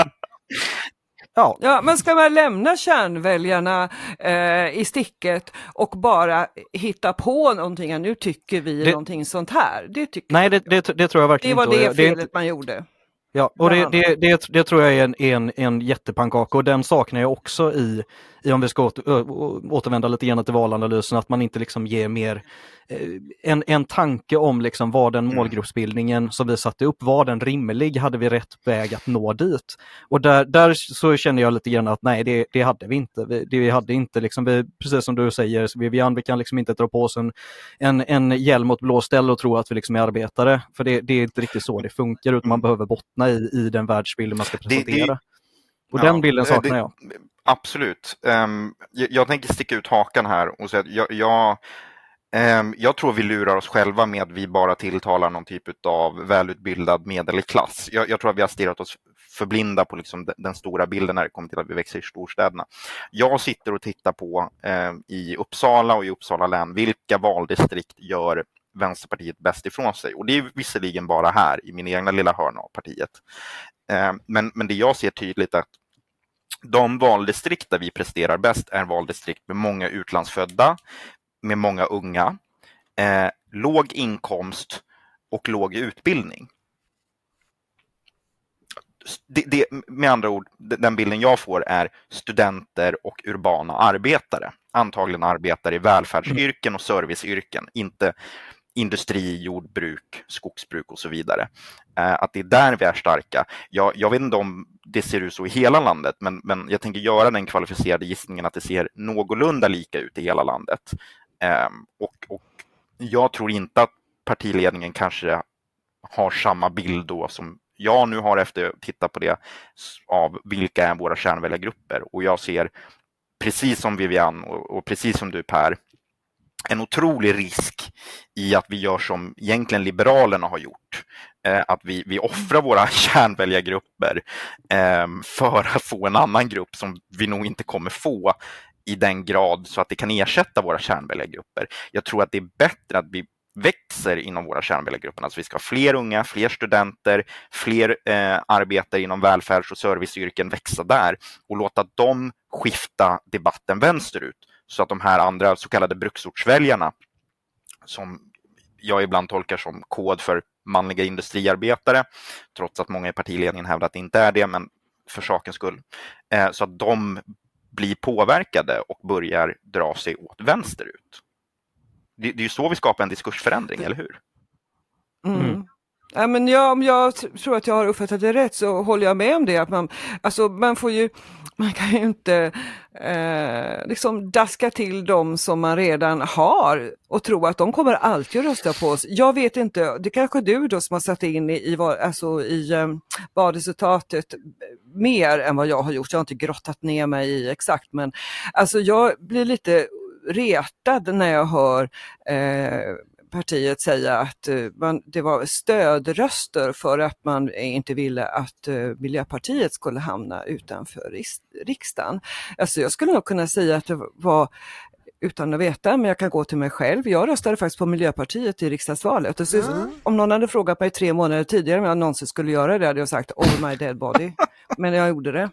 Ja. ja, men ska man lämna kärnväljarna eh, i sticket och bara hitta på någonting, nu tycker vi det, någonting sånt här? Det tycker nej, det, det, det tror jag verkligen inte. Det var inte. det felet det, man gjorde. Ja, och det, det, det, det tror jag är en, en, en jättepannkaka, och den saknar jag också i, i om vi ska åter, å, återvända lite grann till valanalysen, att man inte liksom ger mer eh, en, en tanke om liksom vad den målgruppsbildningen som vi satte upp, var den rimlig, hade vi rätt väg att nå dit? Och där, där så känner jag lite grann att nej, det, det hade vi inte. Vi, det, vi hade inte liksom, vi, precis som du säger, Vivian, vi kan liksom inte dra på oss en, en, en hjälm åt blåställ och tro att vi liksom är arbetare, för det, det är inte riktigt så det funkar, utan man behöver bottna i, i den världsbilden man ska presentera. Det, det, och den ja, bilden saknar det, jag. Absolut. Um, jag, jag tänker sticka ut hakan här och säga att jag, jag, um, jag tror vi lurar oss själva med att vi bara tilltalar någon typ av välutbildad medelklass. Jag, jag tror att vi har stirrat oss förblinda på liksom den, den stora bilden när det kommer till att vi växer i storstäderna. Jag sitter och tittar på um, i Uppsala och i Uppsala län, vilka valdistrikt gör Vänsterpartiet bäst ifrån sig. Och det är visserligen bara här i min egna lilla hörna av partiet. Eh, men, men det jag ser tydligt är att de valdistrikt där vi presterar bäst är valdistrikt med många utlandsfödda, med många unga, eh, låg inkomst och låg utbildning. Det, det, med andra ord, den bilden jag får är studenter och urbana arbetare. Antagligen arbetare i välfärdsyrken och serviceyrken, inte industri, jordbruk, skogsbruk och så vidare. Eh, att det är där vi är starka. Jag, jag vet inte om det ser ut så i hela landet, men, men jag tänker göra den kvalificerade gissningen att det ser någorlunda lika ut i hela landet. Eh, och, och jag tror inte att partiledningen kanske har samma bild då som jag nu har efter att titta på det av vilka är våra kärnväljargrupper. Och jag ser, precis som Vivian och, och precis som du Per, en otrolig risk i att vi gör som egentligen Liberalerna har gjort. Eh, att vi, vi offrar våra kärnväljargrupper eh, för att få en annan grupp som vi nog inte kommer få i den grad så att det kan ersätta våra kärnväljargrupper. Jag tror att det är bättre att vi växer inom våra kärnväljargrupper. Alltså vi ska ha fler unga, fler studenter, fler eh, arbetare inom välfärds- och serviceyrken växa där och låta dem skifta debatten vänsterut. Så att de här andra så kallade bruksortsväljarna, som jag ibland tolkar som kod för manliga industriarbetare, trots att många i partiledningen hävdar att det inte är det, men för sakens skull, eh, så att de blir påverkade och börjar dra sig åt vänsterut. Det, det är ju så vi skapar en diskursförändring, eller hur? Mm. Ja, men jag, om jag tror att jag har uppfattat det rätt så håller jag med om det. Att man, alltså man får ju, man kan ju inte eh, liksom daska till dem som man redan har och tro att de kommer alltid att rösta på oss. Jag vet inte, det kanske du då som har satt in i, i, alltså i eh, valresultatet mer än vad jag har gjort. Jag har inte grottat ner mig i exakt, men alltså jag blir lite retad när jag hör eh, partiet säga att man, det var stödröster för att man inte ville att uh, Miljöpartiet skulle hamna utanför riksdagen. Alltså jag skulle nog kunna säga att det var, utan att veta, men jag kan gå till mig själv. Jag röstade faktiskt på Miljöpartiet i riksdagsvalet. Och så, mm. Om någon hade frågat mig tre månader tidigare om jag någonsin skulle göra det hade jag sagt over my dead body. Men jag gjorde det.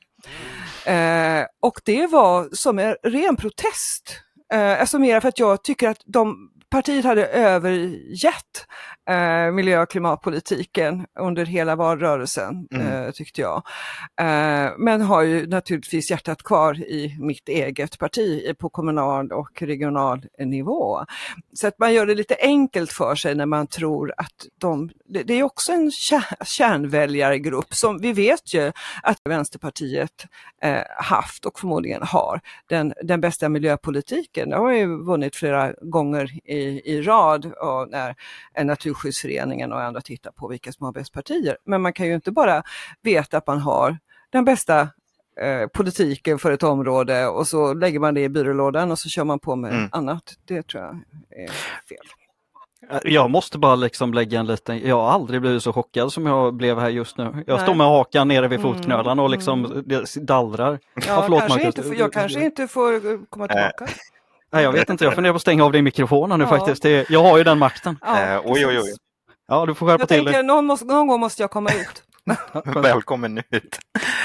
Uh, och det var som en ren protest. Uh, alltså mer för att jag tycker att de partiet hade övergett eh, miljö- och klimatpolitiken under hela valrörelsen, mm. eh, tyckte jag. Eh, men har ju naturligtvis hjärtat kvar i mitt eget parti på kommunal och regional nivå. Så att man gör det lite enkelt för sig när man tror att de... Det, det är också en kär, kärnväljargrupp som vi vet ju att Vänsterpartiet eh, haft och förmodligen har den, den bästa miljöpolitiken. Det har ju vunnit flera gånger i I, i rad och när Naturskyddsföreningen och andra tittar på vilka som har bäst partier. Men man kan ju inte bara veta att man har den bästa eh, politiken för ett område och så lägger man det i byrålådan och så kör man på med mm. annat. Det tror jag är fel. Jag måste bara liksom lägga en liten, jag har aldrig blivit så chockad som jag blev här just nu. Jag Nej. står med hakan nere vid fotknölarna och liksom mm. dallrar. Ja, ja, förlåt, kanske inte får, jag kanske inte får komma tillbaka. Nej, jag vet inte, jag funderar på att stänga av dig mikrofonen nu ja. faktiskt. Det, jag har ju den makten. Ja, eh, oj, oj, oj. Ja, du får skärpa jag till tänker, dig. Någon, måste, någon gång måste jag komma ut. Välkommen ut.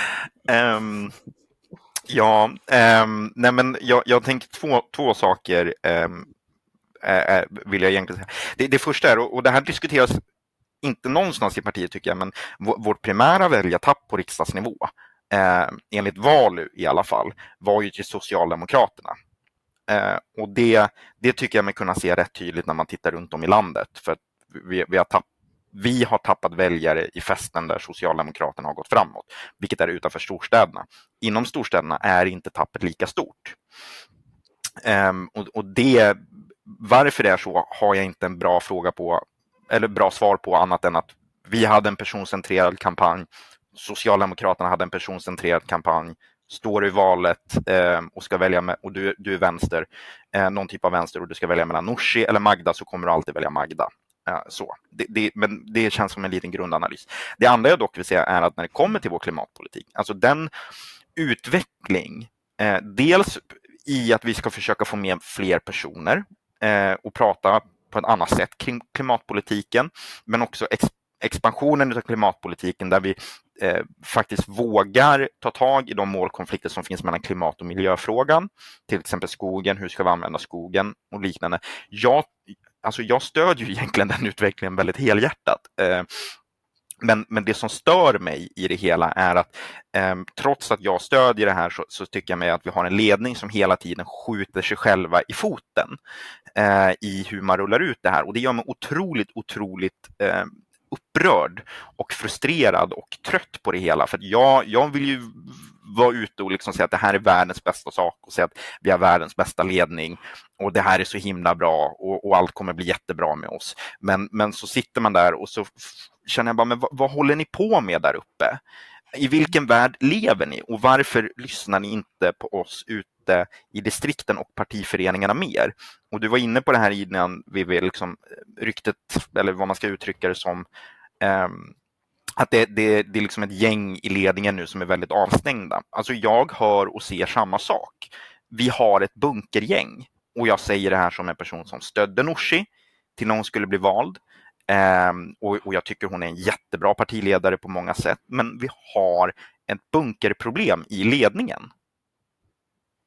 um, ja, um, nej men jag, jag tänker två, två saker um, äh, vill jag egentligen säga. Det, det första är, och det här diskuteras inte någonstans i partiet tycker jag, men vårt primära väljartapp på riksdagsnivå, eh, enligt Valu i alla fall, var ju till Socialdemokraterna. Eh, och det, det tycker jag mig kunna se rätt tydligt när man tittar runt om i landet. För att vi, vi, har tapp, vi har tappat väljare i fästen där Socialdemokraterna har gått framåt, vilket är utanför storstäderna. Inom storstäderna är inte tappet lika stort. Eh, och, och det, varför det är så har jag inte en bra fråga på, eller bra svar på, annat än att vi hade en personcentrerad kampanj, Socialdemokraterna hade en personcentrerad kampanj. Står i valet eh, och ska välja med, och du, du är vänster, eh, någon typ av vänster och du ska välja mellan Nooshi eller Magda, så kommer du alltid välja Magda. Eh, så. Det, det, men det känns som en liten grundanalys. Det andra jag dock vill säga är att när det kommer till vår klimatpolitik, alltså den utveckling, eh, dels i att vi ska försöka få med fler personer eh, och prata på ett annat sätt kring klimatpolitiken, men också ex- expansionen av klimatpolitiken där vi eh, faktiskt vågar ta tag i de målkonflikter som finns mellan klimat- och miljöfrågan, till exempel skogen, hur ska vi använda skogen och liknande. Jag, alltså jag stödjer ju egentligen den utvecklingen väldigt helhjärtat. Eh, Men, men det som stör mig i det hela är att eh, trots att jag stödjer det här så, så tycker jag mig att vi har en ledning som hela tiden skjuter sig själva i foten eh, i hur man rullar ut det här. Och det gör mig otroligt, otroligt eh, upprörd och frustrerad och trött på det hela. För att jag, jag vill ju vara ute och liksom säga att det här är världens bästa sak och säga att vi har världens bästa ledning och det här är så himla bra och, och allt kommer bli jättebra med oss. Men, men så sitter man där och så känner jag bara, men vad, vad håller ni på med där uppe? I vilken värld lever ni? Och varför lyssnar ni inte på oss ute i distrikten och partiföreningarna mer? Och du var inne på det här innan vi vill liksom ryktet, eller vad man ska uttrycka det som, um, att det, det, det är liksom ett gäng i ledningen nu som är väldigt avstängda. Alltså jag hör och ser samma sak. Vi har ett bunkergäng. Och jag säger det här som en person som stödde Nooshi till när hon skulle bli vald. Um, och, och jag tycker hon är en jättebra partiledare på många sätt. Men vi har ett bunkerproblem i ledningen.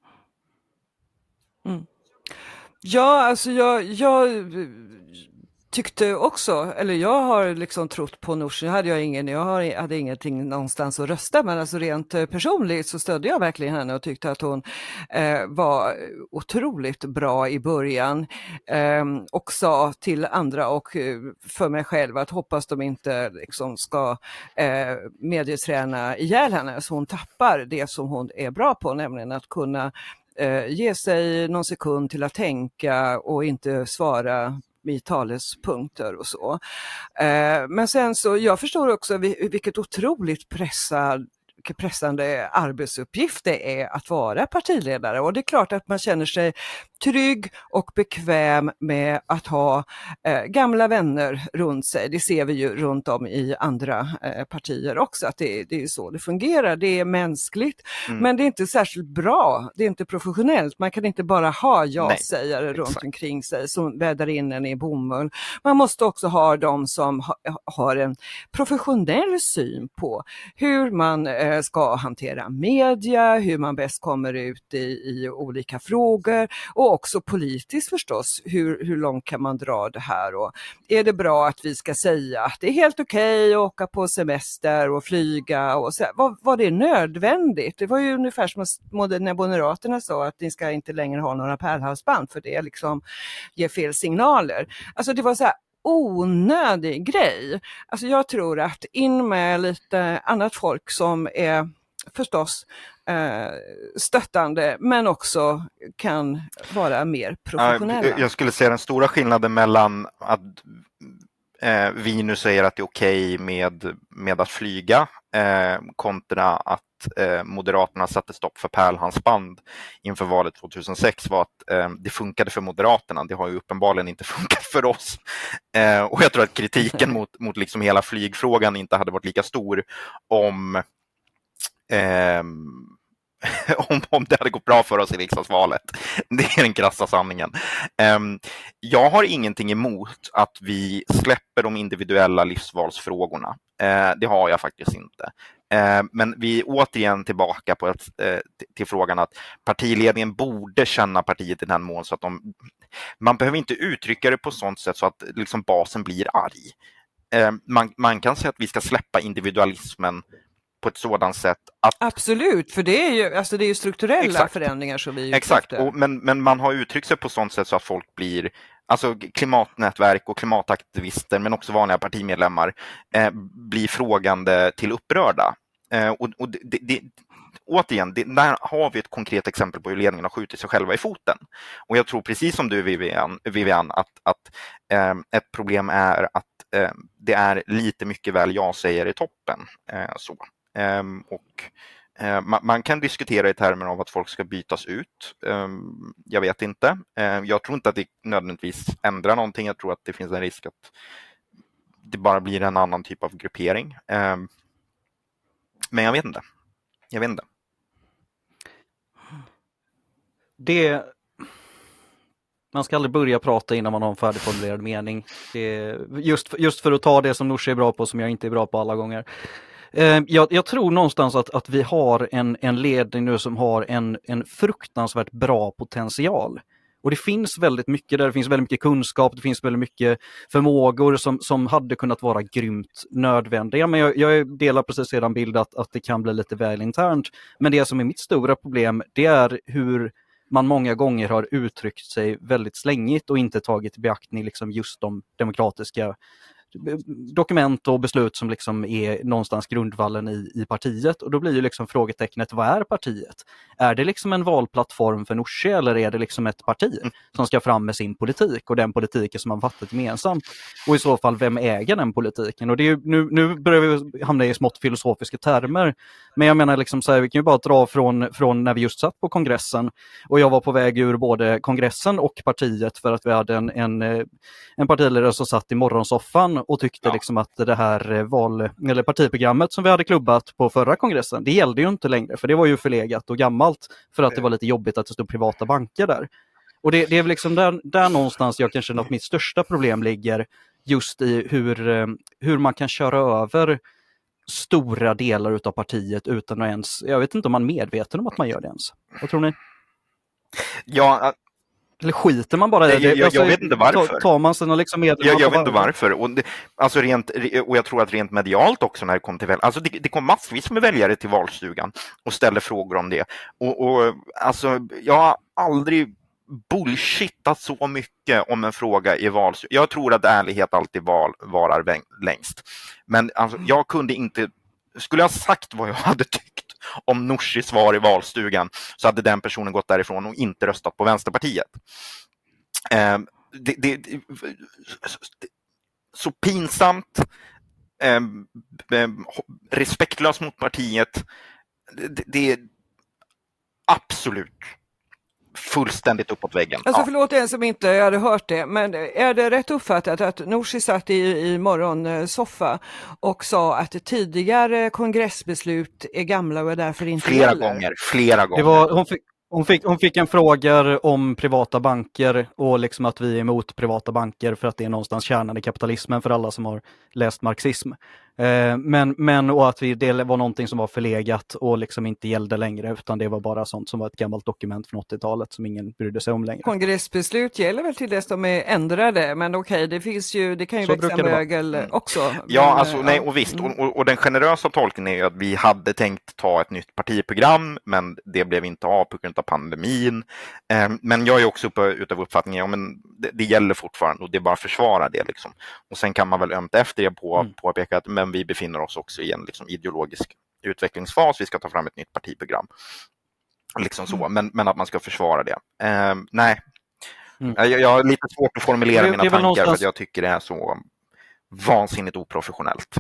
Mm. Ja, alltså jag, jag tyckte också, eller jag har liksom trott på Nooshi, hade jag ingen, jag har, hade ingenting någonstans att rösta, men alltså rent personligt så stödde jag verkligen henne och tyckte att hon eh, var otroligt bra i början eh, och sa till andra och för mig själv att hoppas de inte liksom ska eh, medieträna ihjäl henne så hon tappar det som hon är bra på, nämligen att kunna eh, ge sig någon sekund till att tänka och inte svara i talespunkter och så. Eh, men sen så, jag förstår också vilket otroligt pressad pressande arbetsuppgift det är att vara partiledare, och det är klart att man känner sig trygg och bekväm med att ha eh, gamla vänner runt sig. Det ser vi ju runt om i andra eh, partier också, att det, det är så det fungerar. Det är mänskligt, mm. men det är inte särskilt bra. Det är inte professionellt. Man kan inte bara ha ja-sägare runt exakt. Omkring sig som vädrar in en i bomull. Man måste också ha de som ha, har en professionell syn på hur man eh, ska hantera media, hur man bäst kommer ut i, i olika frågor, och också politiskt förstås, hur, hur långt kan man dra det här, och är det bra att vi ska säga att det är helt okej okay att åka på semester och flyga, och så, var, var det nödvändigt? Det var ju ungefär som när Moderaterna sa att ni ska inte längre ha några pärlhalsband för det liksom ger fel signaler. Alltså det var så här onödig grej. Alltså jag tror att in med lite annat folk som är förstås eh, stöttande men också kan vara mer professionella. Jag skulle säga den stora skillnaden mellan att eh, vi nu säger att det är okej med, med att flyga eh, kontra att eh, Moderaterna satte stopp för pärlhalsband inför valet tjugohundrasex var att eh, det funkade för Moderaterna. Det har ju uppenbarligen inte funkat för oss. Eh, och jag tror att kritiken mot, mot liksom hela flygfrågan inte hade varit lika stor om Um, om, om det hade gått bra för oss i riksdagsvalet. Det är den krassa sanningen. Um, jag har ingenting emot att vi släpper de individuella livsvalsfrågorna. Uh, det har jag faktiskt inte. Uh, men vi är återigen tillbaka på att, uh, till frågan att partiledningen borde känna partiet i den mån så att de, man behöver inte uttrycka det på sånt sätt så att liksom basen blir arg. Uh, man, man kan säga att vi ska släppa individualismen på ett sådant sätt att... Absolut, för det är ju, alltså det är ju strukturella exakt. förändringar som vi... Exakt, och, men, men man har uttryckt sig på sådant sätt så att folk blir, alltså klimatnätverk och klimataktivister men också vanliga partimedlemmar eh, blir frågande till upprörda. Eh, och och det, det, återigen, det, där har vi ett konkret exempel på hur ledningen har skjutit sig själva i foten. Och jag tror precis som du Vivian, Vivian att, att eh, ett problem är att eh, det är lite mycket väl jag säger i toppen. Eh, så. Um, och uh, man, man kan diskutera i termer av att folk ska bytas ut. Um, jag vet inte. Uh, jag tror inte att det nödvändigtvis ändrar någonting. Jag tror att det finns en risk att det bara blir en annan typ av gruppering. Um, men jag vet inte. Jag vet inte. Det... Man ska aldrig börja prata innan man har en färdigformulerad mening. Det... Just, just för att ta det som Nooshi är bra på som jag inte är bra på alla gånger. Jag, jag tror någonstans att, att vi har en, en ledning nu som har en, en fruktansvärt bra potential. Och det finns väldigt mycket där, det finns väldigt mycket kunskap, det finns väldigt mycket förmågor som, som hade kunnat vara grymt nödvändiga. Men jag, jag delar precis sedan bild att, att det kan bli lite väl internt. Men det som är mitt stora problem, det är hur man många gånger har uttryckt sig väldigt slängigt och inte tagit i beaktning liksom just de demokratiska dokument och beslut som liksom är någonstans grundvallen i, i partiet. Och då blir ju liksom frågetecknet, vad är partiet? Är det liksom en valplattform för Nooshi eller är det liksom ett parti som ska fram med sin politik och den politiken som man fattat gemensamt? Och i så fall, vem äger den politiken? Och det är ju, nu, nu börjar vi hamna i smått filosofiska termer. Men jag menar liksom så här, vi kan ju bara dra från, från när vi just satt på kongressen och jag var på väg ur både kongressen och partiet för att vi hade en, en, en partiledare som satt i morgonsoffan och tyckte ja. liksom att det här val, eller partiprogrammet som vi hade klubbat på förra kongressen, det gällde ju inte längre för det var ju förlegat och gammalt för att det var lite jobbigt att det stod privata banker där. Och det, det är väl liksom där, där någonstans jag kan känna att mitt största problem ligger just i hur, hur man kan köra över stora delar utav partiet utan att ens, jag vet inte om man är medveten om att man gör det ens. Vad tror ni? Ja, Eller skiter man bara i det? Jag, jag, alltså, jag vet inte varför. Tar, tar man sina liksom medel? Jag, jag vet inte varför. Och, det, alltså rent, och jag tror att rent medialt också när det kom till väl, alltså det, det kom massvis med väljare till valstugan och ställde frågor om det. Och, och alltså, jag har aldrig bullshittat så mycket om en fråga i valstugan. Jag tror att ärlighet alltid val, varar längst. Men alltså, jag kunde inte, skulle jag sagt vad jag hade tyckt om Nooshis svar i valstugan, så hade den personen gått därifrån och inte röstat på Vänsterpartiet. Eh, det, det, det, så pinsamt, eh, respektlöst mot partiet. Det, det är absolut fullständigt uppåt väggen. Alltså ja. förlåt en som inte hade hört det, men är det rätt uppfattat att Nooshi satt i, i morgonsoffa och sa att tidigare kongressbeslut är gamla och är därför inte Flera gäller? gånger, flera gånger. Det var, hon, fick, hon, fick, hon fick en fråga om privata banker och liksom att vi är emot privata banker för att det är någonstans kärnan i kapitalismen för alla som har läst marxism. Eh, men, men och att vi, det var någonting som var förlegat och liksom inte gällde längre, utan det var bara sånt som var ett gammalt dokument från åttiotalet som ingen brydde sig om längre. Kongressbeslut gäller väl till dess de är ändrade, men okej, det finns ju, det kan ju Så växa brukar det mögel Mm. också. Ja, men, alltså, nej, ja. och visst. Mm. Och, och den generösa tolkningen är ju att vi hade tänkt ta ett nytt partiprogram, men det blev inte av på grund av pandemin. Eh, men jag är också uppe utav uppfattningen, ja, men det, det gäller fortfarande och det är bara att försvara det. Liksom. Och sen kan man väl ömt efter det på, Mm. påpeka att men vi befinner oss också i en liksom, ideologisk utvecklingsfas. Vi ska ta fram ett nytt partiprogram. Liksom så. Mm. Men, men att man ska försvara det. Eh, nej. Mm. Jag, jag har lite svårt att formulera Det- mina det är väl tankar någonstans- för att jag tycker det är så vansinnigt oprofessionellt.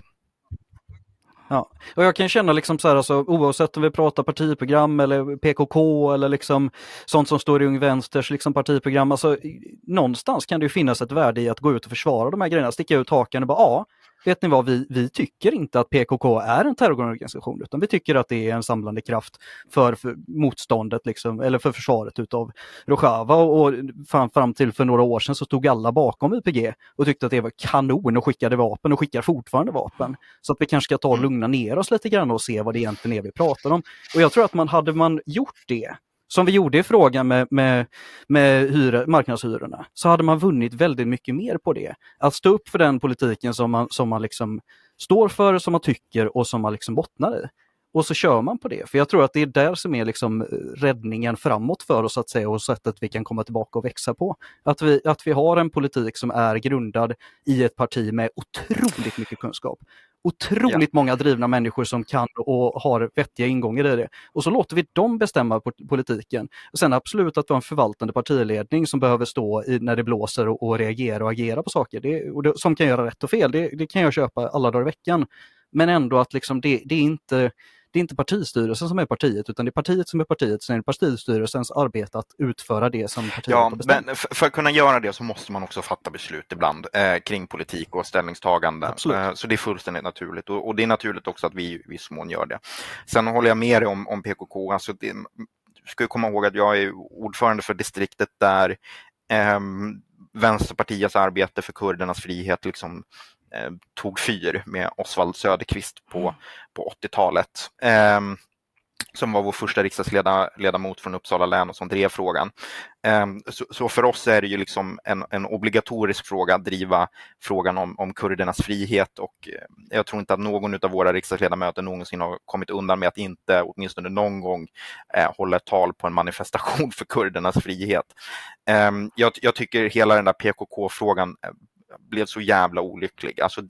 Ja, och jag kan känna liksom så här, alltså, oavsett om vi pratar partiprogram eller P K K eller liksom sånt som står i Ung Vänsters liksom partiprogram, alltså någonstans kan det ju finnas ett värde i att gå ut och försvara de här grejerna, sticka ut hakan och bara, ja, vet ni vad, vi, vi tycker inte att P K K är en terrororganisation, utan vi tycker att det är en samlande kraft för, för motståndet liksom, eller för försvaret utav Rojava, och, och fram, fram till för några år sedan så stod alla bakom U P G och tyckte att det var kanon och skickade vapen och skickar fortfarande vapen. Så att vi kanske ska ta och lugna ner oss lite grann och se vad det egentligen är vi pratar om. Och jag tror att man hade man gjort det, som vi gjorde i frågan med, med, med hyra, marknadshyrorna, så hade man vunnit väldigt mycket mer på det. Att stå upp för den politiken som man, som man liksom står för, som man tycker och som man liksom bottnar i. Och så kör man på det. För jag tror att det är där som är liksom räddningen framåt för oss, att säga, och sättet vi kan komma tillbaka och växa på. Att vi, att vi har en politik som är grundad i ett parti med otroligt mycket kunskap. Otroligt ja. många drivna människor som kan och har vettiga ingångar i det. Och så låter vi dem bestämma på politiken. Och sen absolut att vi har en förvaltande partiledning som behöver stå i, när det blåser och, och reagera och agera på saker. Det, och det, som kan göra rätt och fel. Det, det kan jag köpa alla dagar i veckan. Men ändå att liksom det, det är inte... Det är inte partistyrelsen som är partiet, utan det är partiet som är partiet. Sen är det partistyrelsens arbete att utföra det som partiet ja, har bestämt. Men för, för att kunna göra det så måste man också fatta beslut ibland eh, kring politik och ställningstagande. Eh, så det är fullständigt naturligt. Och, och det är naturligt också att vi i viss mån gör det. Sen håller jag med dig om, om P K K. Alltså det, du ska komma ihåg att jag är ordförande för distriktet där eh, Vänsterpartiets arbete för kurdernas frihet liksom Eh, tog fyr med Oswald Söderqvist på, mm. på åttiotalet. Eh, som var vår första riksdagsledamot från Uppsala län och som drev frågan. Eh, så, så för oss är det ju liksom en, en obligatorisk fråga att driva frågan om, om kurdernas frihet, och eh, jag tror inte att någon av våra riksdagsledamöter någonsin har kommit undan med att inte åtminstone någon gång eh, hålla ett tal på en manifestation för kurdernas frihet. Eh, jag, jag tycker hela den där P K K-frågan eh, blev så jävla olycklig. Alltså,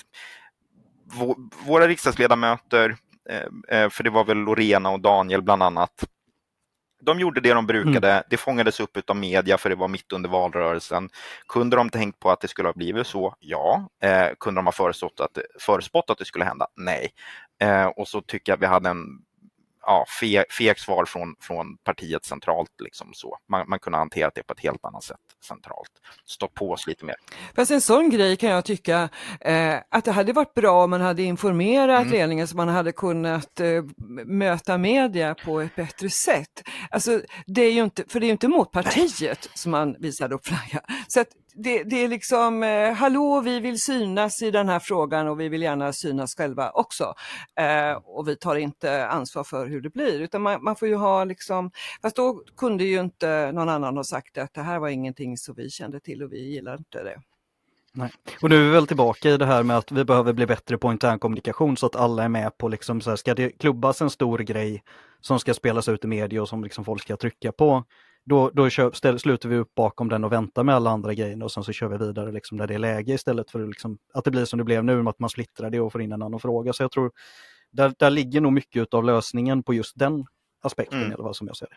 våra riksdagsledamöter, eh, för det var väl Lorena och Daniel bland annat, de gjorde det de brukade. Mm. Det fångades upp av media för det var mitt under valrörelsen. Kunde de tänkt på att det skulle ha blivit så? Ja. Eh, kunde de ha förutspått att, förutspått att det skulle hända? Nej. Eh, och så tycker jag att vi hade en ja, fe, feg svar från, från partiet centralt. Liksom så. Man, man kunde hantera det på ett helt annat sätt centralt. Stå på oss lite mer. Fast en sån grej kan jag tycka eh, att det hade varit bra om man hade informerat mm. ledningen, så man hade kunnat eh, möta media på ett bättre sätt. Alltså, det är ju inte, för det är ju inte mot partiet som man visade upp flagga. Så att det, det är liksom, eh, hallå, vi vill synas i den här frågan och vi vill gärna synas själva också. Eh, och vi tar inte ansvar för hur det blir, utan man, man får ju ha liksom, fast då kunde ju inte någon annan ha sagt att det här var ingenting som vi kände till och vi gillar inte det. Nej. Och nu är vi väl tillbaka i det här med att vi behöver bli bättre på intern kommunikation så att alla är med på liksom så här, ska det klubbas en stor grej som ska spelas ut i media och som liksom folk ska trycka på, då, då kör, ställ, slutar vi upp bakom den och väntar med alla andra grejer och sen så kör vi vidare liksom där det är läge istället för liksom, att det blir som det blev nu med att man splittrar det och får in en annan fråga. Så jag tror där, där ligger nog mycket av lösningen på just den aspekten mm. eller vad som jag ser det.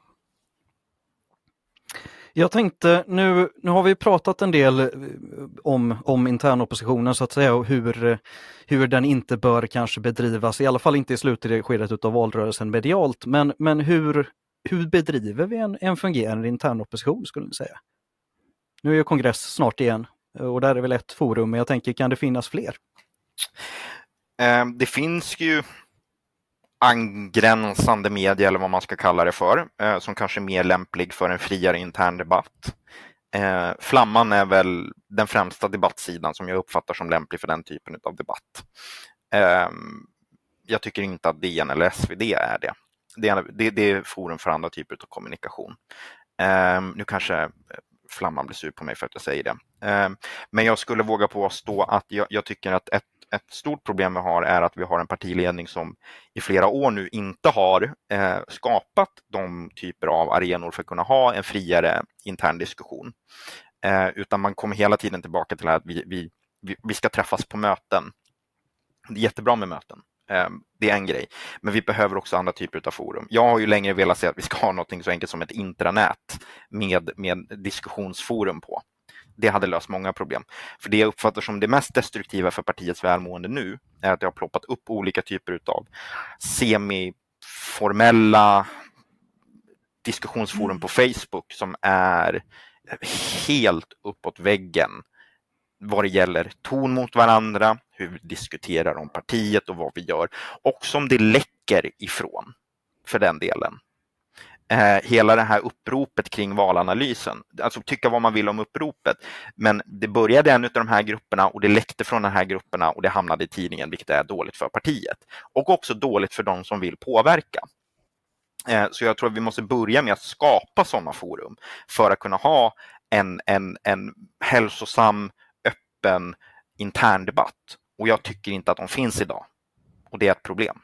Jag tänkte, nu, nu har vi pratat en del om, om internoppositionen så att säga och hur, hur den inte bör kanske bedrivas, i alla fall inte i slutskedet av valrörelsen medialt, men, men hur, hur bedriver vi en, en fungerande internopposition skulle ni säga? Nu är ju kongress snart igen och där är väl ett forum, men jag tänker, kan det finnas fler? Eh, det finns ju angränsande media eller vad man ska kalla det för, eh, som kanske är mer lämplig för en friare intern debatt. Eh, Flamman är väl den främsta debattsidan som jag uppfattar som lämplig för den typen av debatt. Eh, jag tycker inte att D N eller S V D är det. Det är, det, det är forum för andra typer av kommunikation. Eh, nu kanske Flamman blir sur på mig för att jag säger det. Eh, men jag skulle våga påstå att jag, jag tycker att ett Ett stort problem vi har är att vi har en partiledning som i flera år nu inte har eh, skapat de typer av arenor för att kunna ha en friare intern diskussion. Eh, utan man kommer hela tiden tillbaka till att vi, vi, vi ska träffas på möten. Det är jättebra med möten. Eh, det är en grej. Men vi behöver också andra typer av forum. Jag har ju längre velat säga att vi ska ha något så enkelt som ett intranät med, med diskussionsforum på. Det hade löst många problem. För det jag uppfattar som det mest destruktiva för partiets välmående nu är att det har ploppat upp olika typer av semiformella diskussionsforum på Facebook som är helt uppåt väggen vad det gäller ton mot varandra, hur vi diskuterar om partiet och vad vi gör, och som det läcker ifrån för den delen. Eh, hela det här uppropet kring valanalysen, alltså tycka vad man vill om uppropet, men det började en av de här grupperna och det läckte från de här grupperna och det hamnade i tidningen, vilket är dåligt för partiet och också dåligt för de som vill påverka. Eh, så jag tror att vi måste börja med att skapa sådana forum för att kunna ha en, en, en hälsosam, öppen intern debatt, och jag tycker inte att de finns idag, och det är ett problem.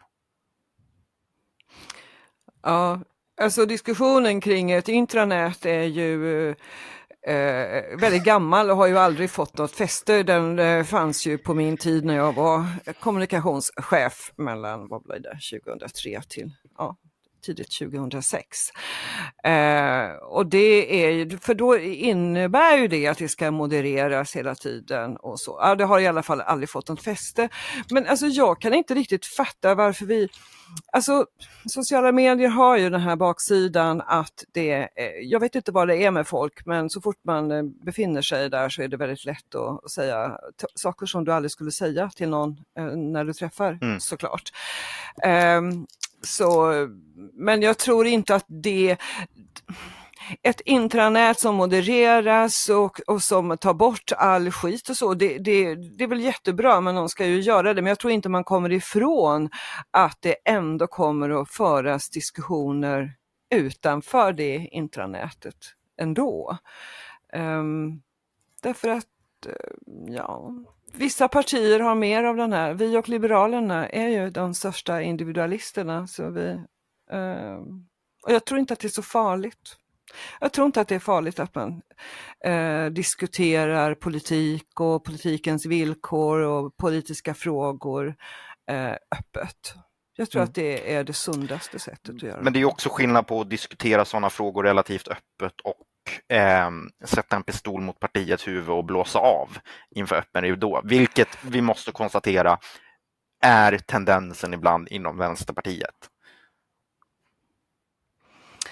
Ja, alltså diskussionen kring ett intranät är ju eh, väldigt gammal och har ju aldrig fått något fäste. Den eh, fanns ju på min tid när jag var kommunikationschef mellan, vad blev det, tjugohundratre till ja, tidigt tjugohundrasex. Eh, och det är ju, för då innebär ju det att det ska modereras hela tiden och så. Ja, det har i alla fall aldrig fått något fäste. Men alltså jag kan inte riktigt fatta varför vi, alltså sociala medier har ju den här baksidan att det, eh, jag vet inte vad det är med folk, men så fort man eh, befinner sig där så är det väldigt lätt att, att säga t- saker som du aldrig skulle säga till någon eh, när du träffar, mm. såklart. Eh, Så, men jag tror inte att det, ett intranät som modereras och, och som tar bort all skit och så, det, det, det är väl jättebra, men de ska ju göra det. Men jag tror inte man kommer ifrån att det ändå kommer att föras diskussioner utanför det intranätet ändå. Um, därför att, ja... Vissa partier har mer av den här. Vi och Liberalerna är ju de största individualisterna. Så vi, eh, och jag tror inte att det är så farligt. Jag tror inte att det är farligt att man eh, diskuterar politik och politikens villkor och politiska frågor eh, öppet. Jag tror mm. att det är det sundaste sättet att göra. Men det är också skillnad på att diskutera sådana frågor relativt öppet och Eh, sätta en pistol mot partiets huvud och blåsa av inför öppen ridå, vilket vi måste konstatera är tendensen ibland inom Vänsterpartiet.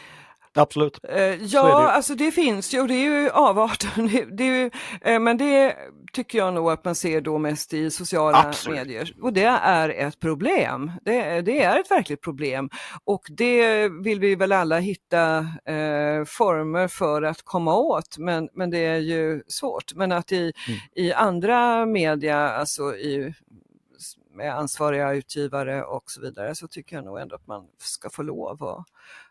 Absolut. Eh, ja, det. alltså det finns ju, och det är ju avarten. Det, det är ju, eh, men det tycker jag nog att man ser då mest i sociala Absolut. medier. Och det är ett problem. Det, det är ett verkligt problem. Och det vill vi väl alla hitta eh, former för att komma åt. Men, men det är ju svårt. Men att i, mm. i andra media, alltså i med ansvariga utgivare och så vidare, så tycker jag nog ändå att man ska få lov att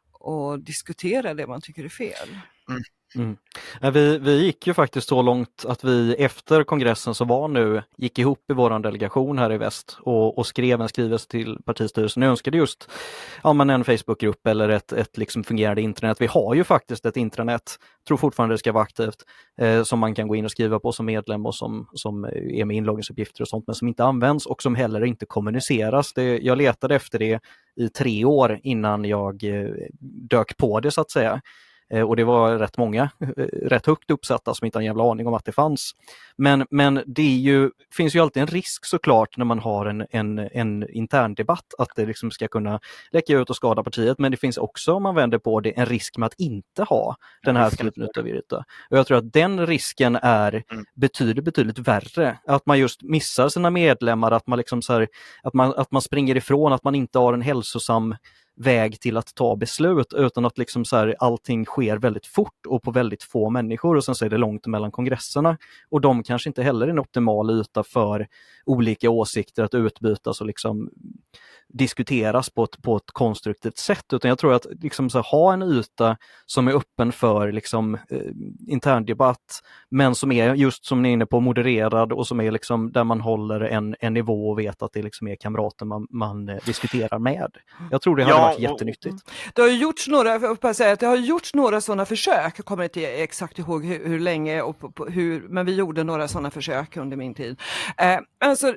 och diskutera det man tycker är fel. Mm. Mm. Vi, vi gick ju faktiskt så långt att vi efter kongressen som var nu gick ihop i våran delegation här i väst och, och skrev en skrivelse till partistyrelsen. Jag önskade just ja, men en Facebookgrupp eller ett, ett liksom fungerande internet. Vi har ju faktiskt ett intranät, tror fortfarande det ska vara aktivt, eh, som man kan gå in och skriva på som medlem och som, som är med inloggningsuppgifter och sånt, men som inte används och som heller inte kommuniceras. Det, jag letade efter det i tre år innan jag eh, dök på det så att säga. Och det var rätt många, rätt högt uppsatta som inte har en jävla aning om att det fanns. Men, men det är ju, finns ju alltid en risk såklart när man har en, en, en intern debatt att det liksom ska kunna läcka ut och skada partiet. Men det finns också, om man vänder på det, en risk med att inte ha den här typen av virta. Och jag tror att den risken är betydligt, betydligt värre. Att man just missar sina medlemmar, att man, liksom så här, att man, att man springer ifrån, att man inte har en hälsosam väg till att ta beslut, utan att liksom så här, allting sker väldigt fort och på väldigt få människor, och sen så är det långt mellan kongresserna och de kanske inte heller är en optimal yta för olika åsikter att utbytas och liksom diskuteras på ett, på ett konstruktivt sätt, utan jag tror att liksom så här, ha en yta som är öppen för liksom, eh, intern debatt, men som är just som ni är inne på modererad och som är liksom där man håller en, en nivå och vet att det liksom är kamrater man, man eh, diskuterar med. Jag tror det hade ja, varit jättenyttigt. Det har gjorts några, jag bara säga att det har gjorts några sådana försök, jag kommer inte exakt ihåg hur, hur länge och på, på, hur, men vi gjorde några sådana försök under min tid. Eh, alltså,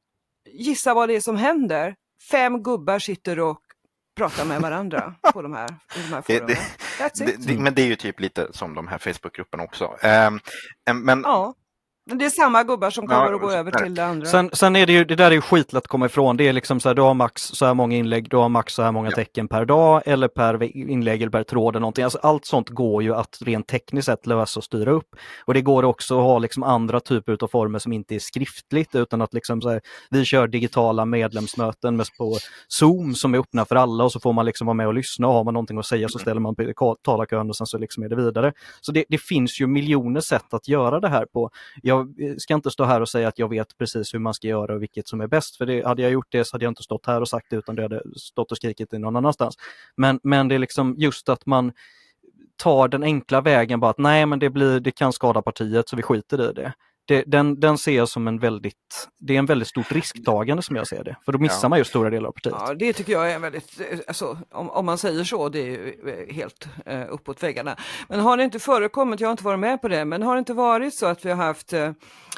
gissa vad det är som händer. Fem gubbar sitter och pratar med varandra på de här, i de här forumen. Det, That's det, it. det, men det är ju typ lite som de här Facebookgrupperna också. Um, men... Ja. Det är samma gubbar som kommer ja, att gå över till det andra. Sen, sen är det ju, det där är ju skitlätt att komma ifrån. Det är liksom så här, du har max så här många inlägg, du har max så här många ja. tecken per dag eller per inlägg eller per tråd eller någonting. Alltså allt sånt går ju att rent tekniskt sett lösa och styra upp. Och det går också att ha liksom andra typer av former som inte är skriftligt, utan att liksom så här, vi kör digitala medlemsmöten mest på Zoom som är öppna för alla, och så får man liksom vara med och lyssna, och har man någonting att säga så ställer man på talarkön och sen så liksom är det vidare. Så det, det finns ju miljoner sätt att göra det här på. Jag ska inte stå här och säga att jag vet precis hur man ska göra och vilket som är bäst, för det, hade jag gjort det så hade jag inte stått här och sagt det, utan det hade stått och skrikit i någon annanstans. Men, men det är liksom just att man tar den enkla vägen, bara att nej, men det, blir, det kan skada partiet så vi skiter i det. Det, den, den ser jag som en väldigt, det är en väldigt stort risktagande som jag ser det. För då missar ja. man ju stora delar av partiet. Ja, det tycker jag är väldigt, alltså, om, om man säger så, det är ju helt eh, uppåt väggarna. Men har det inte förekommit, jag har inte varit med på det, men har det inte varit så att vi har haft eh,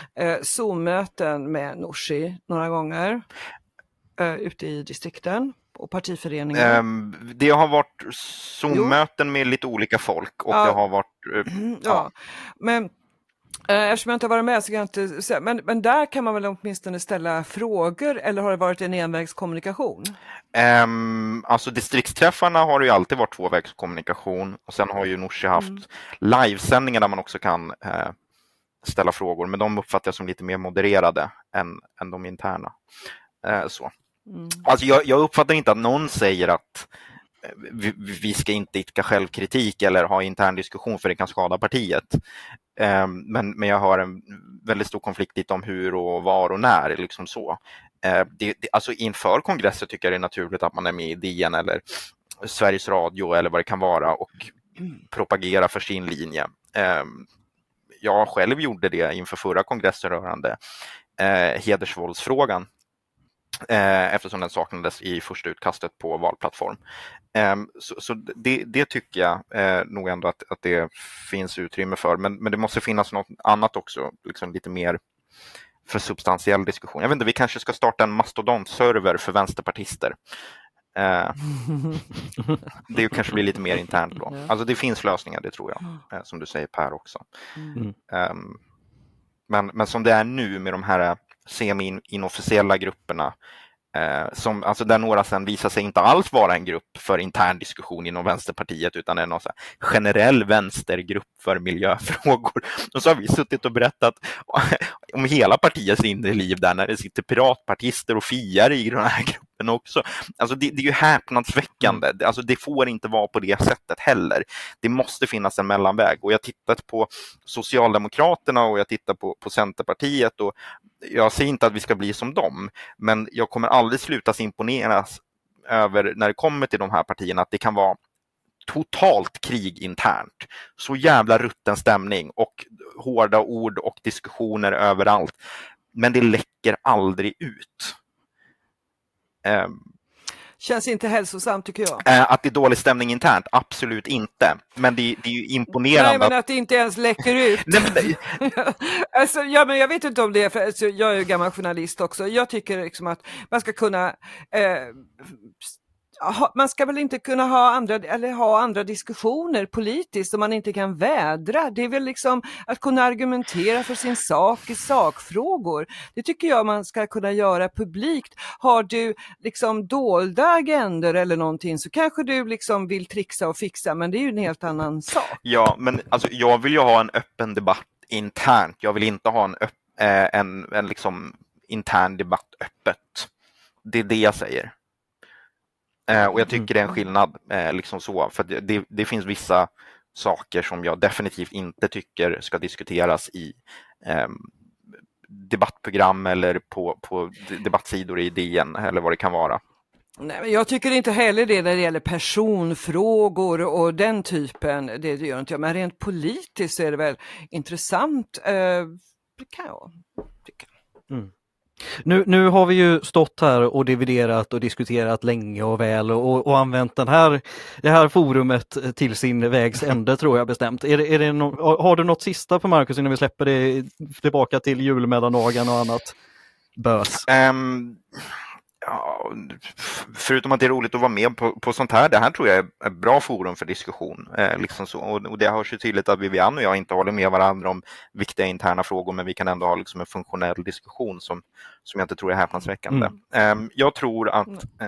Zoom-möten med Nooshi några gånger eh, ute i distrikten och partiföreningar? Um, det har varit Zoom-möten jo. med lite olika folk och ja. det har varit... Uh, ja. ja, men eftersom jag inte har varit med så kan jag inte säga, men, men där kan man väl åtminstone ställa frågor, eller har det varit en envägskommunikation? Um, alltså distriktsträffarna har det ju alltid varit tvåvägskommunikation, och sen har ju Nooshi haft mm. livesändningar där man också kan uh, ställa frågor, men de uppfattar jag som lite mer modererade än, än de interna. Uh, så. Mm. Alltså jag, jag uppfattar inte att någon säger att vi, vi ska inte idka självkritik eller ha intern diskussion för det kan skada partiet. Um, men, men jag har en väldigt stor konflikt lite om hur och var och när. Liksom så. Uh, det, det, alltså inför kongressen tycker jag det är naturligt att man är med i D N eller Sveriges Radio eller vad det kan vara och propagera för sin linje. Um, jag själv gjorde det inför förra kongressen rörande uh, hedersvåldsfrågan. Eh, eftersom den saknades i första utkastet på valplattform. Eh, så så det, det tycker jag eh, nog ändå att, att det finns utrymme för. Men, men det måste finnas något annat också, liksom lite mer för substantiell diskussion. Jag vet inte, vi kanske ska starta en mastodont-server för vänsterpartister. Eh, det kanske blir lite mer internt då. Alltså det finns lösningar, det tror jag. Eh, som du säger Per också. Mm. Eh, men, men som det är nu med de här semi-inofficiella grupperna Eh, som, alltså där några sen visar sig inte alls vara en grupp för intern diskussion inom Vänsterpartiet utan är någon så här generell vänstergrupp för miljöfrågor. Och så har vi suttit och berättat om hela partiets inre liv där när det sitter piratpartister och fiar i den här gruppen också. Alltså det, det är ju häpnadsväckande. Mm. Alltså det får inte vara på det sättet heller. Det måste finnas en mellanväg. Och jag har tittat på Socialdemokraterna och jag tittar på, på Centerpartiet och jag säger inte att vi ska bli som dem, men jag kommer aldrig sluta imponeras över när det kommer till de här partierna att det kan vara totalt krig internt. Så jävla rutten stämning och hårda ord och diskussioner överallt. Men det läcker aldrig ut. Um, Känns inte hälsosamt tycker jag. Att det är dålig stämning internt, absolut inte. Men det, det är ju imponerande. Nej, men att det inte ens läcker ut. Nej, men... alltså, ja, men jag vet inte om det är, för alltså, jag är ju gammal journalist också. Jag tycker liksom att man ska kunna... Eh, ha, man ska väl inte kunna ha andra, eller ha andra diskussioner politiskt som man inte kan vädra. Det är väl liksom att kunna argumentera för sin sak i sakfrågor. Det tycker jag man ska kunna göra publikt. Har du liksom dolda agender eller någonting så kanske du liksom vill trixa och fixa, men det är ju en helt annan sak. Ja, men alltså, jag vill ju ha en öppen debatt internt. Jag vill inte ha en, öpp, eh, en, en liksom intern debatt öppet. Det är det jag säger. Eh, och jag tycker det är en skillnad eh, liksom så, för det, det finns vissa saker som jag definitivt inte tycker ska diskuteras i eh, debattprogram eller på, på debattsidor i D N eller vad det kan vara. Nej, men jag tycker inte heller det när det gäller personfrågor och den typen, det, det gör inte jag, men rent politiskt så är det väl intressant, eh, det kan jag tycka. Mm. Nu, nu har vi ju stått här och dividerat och diskuterat länge och väl och, och använt den här, det här forumet till sin vägs ände tror jag bestämt. Är det, är det no, har du något sista på Marcus innan vi släpper det tillbaka till julmellandagen och annat bös? Um, ja, förutom att det är roligt att vara med på, på sånt här, det här tror jag är ett bra forum för diskussion. Eh, liksom så. Och, och det hörs ju tydligt att Vivian och jag inte håller med varandra om viktiga interna frågor, men vi kan ändå ha liksom en funktionell diskussion som, som jag inte tror är häpnadsväckande. Mm. Eh, jag tror att eh,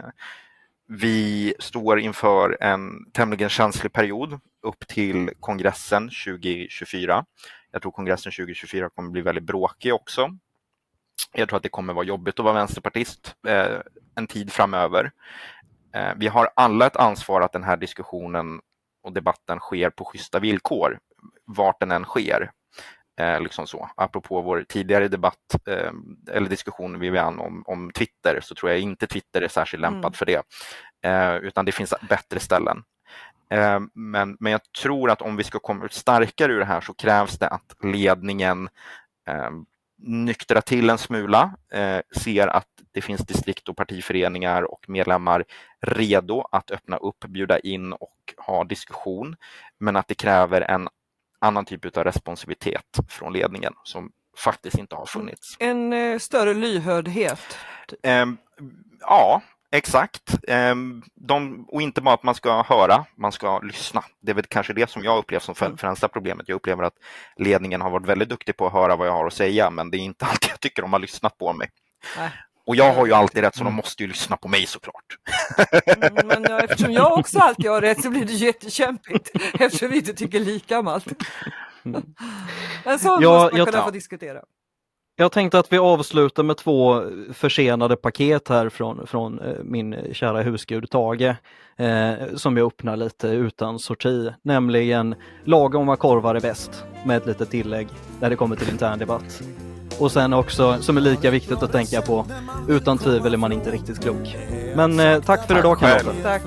vi står inför en tämligen känslig period upp till kongressen tjugo tjugofyra. Jag tror kongressen tjugo tjugofyra kommer bli väldigt bråkig också. Jag tror att det kommer vara jobbigt att vara vänsterpartist eh, en tid framöver. Eh, vi har alla ett ansvar att den här diskussionen och debatten sker på schyssta villkor, vart den än sker. Eh, liksom så. Apropå vår tidigare debatt eh, eller diskussion Vivian om, om Twitter, så tror jag inte Twitter är särskilt lämpad mm. för det. Eh, utan det finns bättre ställen. Eh, men, men jag tror att om vi ska komma ut starkare ur det här så krävs det att ledningen eh, nyktra till en smula, eh, ser att det finns distrikt och partiföreningar och medlemmar redo att öppna upp, bjuda in och ha diskussion, men att det kräver en annan typ av responsivitet från ledningen som faktiskt inte har funnits. En eh, större lyhördhet? Eh, ja, exakt. Eh, de, och inte bara att man ska höra, man ska lyssna. Det är väl kanske det som jag upplever som främsta problemet. Jag upplever att ledningen har varit väldigt duktig på att höra vad jag har att säga, men det är inte alltid jag tycker de har lyssnat på mig. Nej. Och jag har ju alltid rätt, så de måste ju lyssna på mig såklart. Mm, men ja, eftersom jag också alltid har rätt så blir det jättekämpigt, eftersom vi inte tycker lika om allt. Mm. Men så ja, måste man kunna jag, få diskutera. Jag tänkte att vi avslutar med två försenade paket här från, från min kära husgud Tage, eh, som jag öppnar lite utan sorti, nämligen lagom vad korvar är bäst, med ett litet tillägg när det kommer till intern debatt. Och sen också, som är lika viktigt att tänka på, utan tvivel är man inte riktigt klok. Men eh, tack för tack idag kamrater. Tack.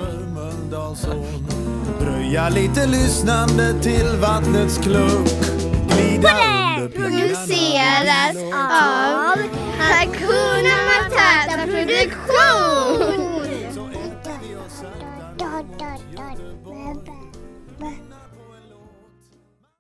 Dröja lite lyssnande till vattnets klunk. Glida produceras av Hakuna Matata Produktion.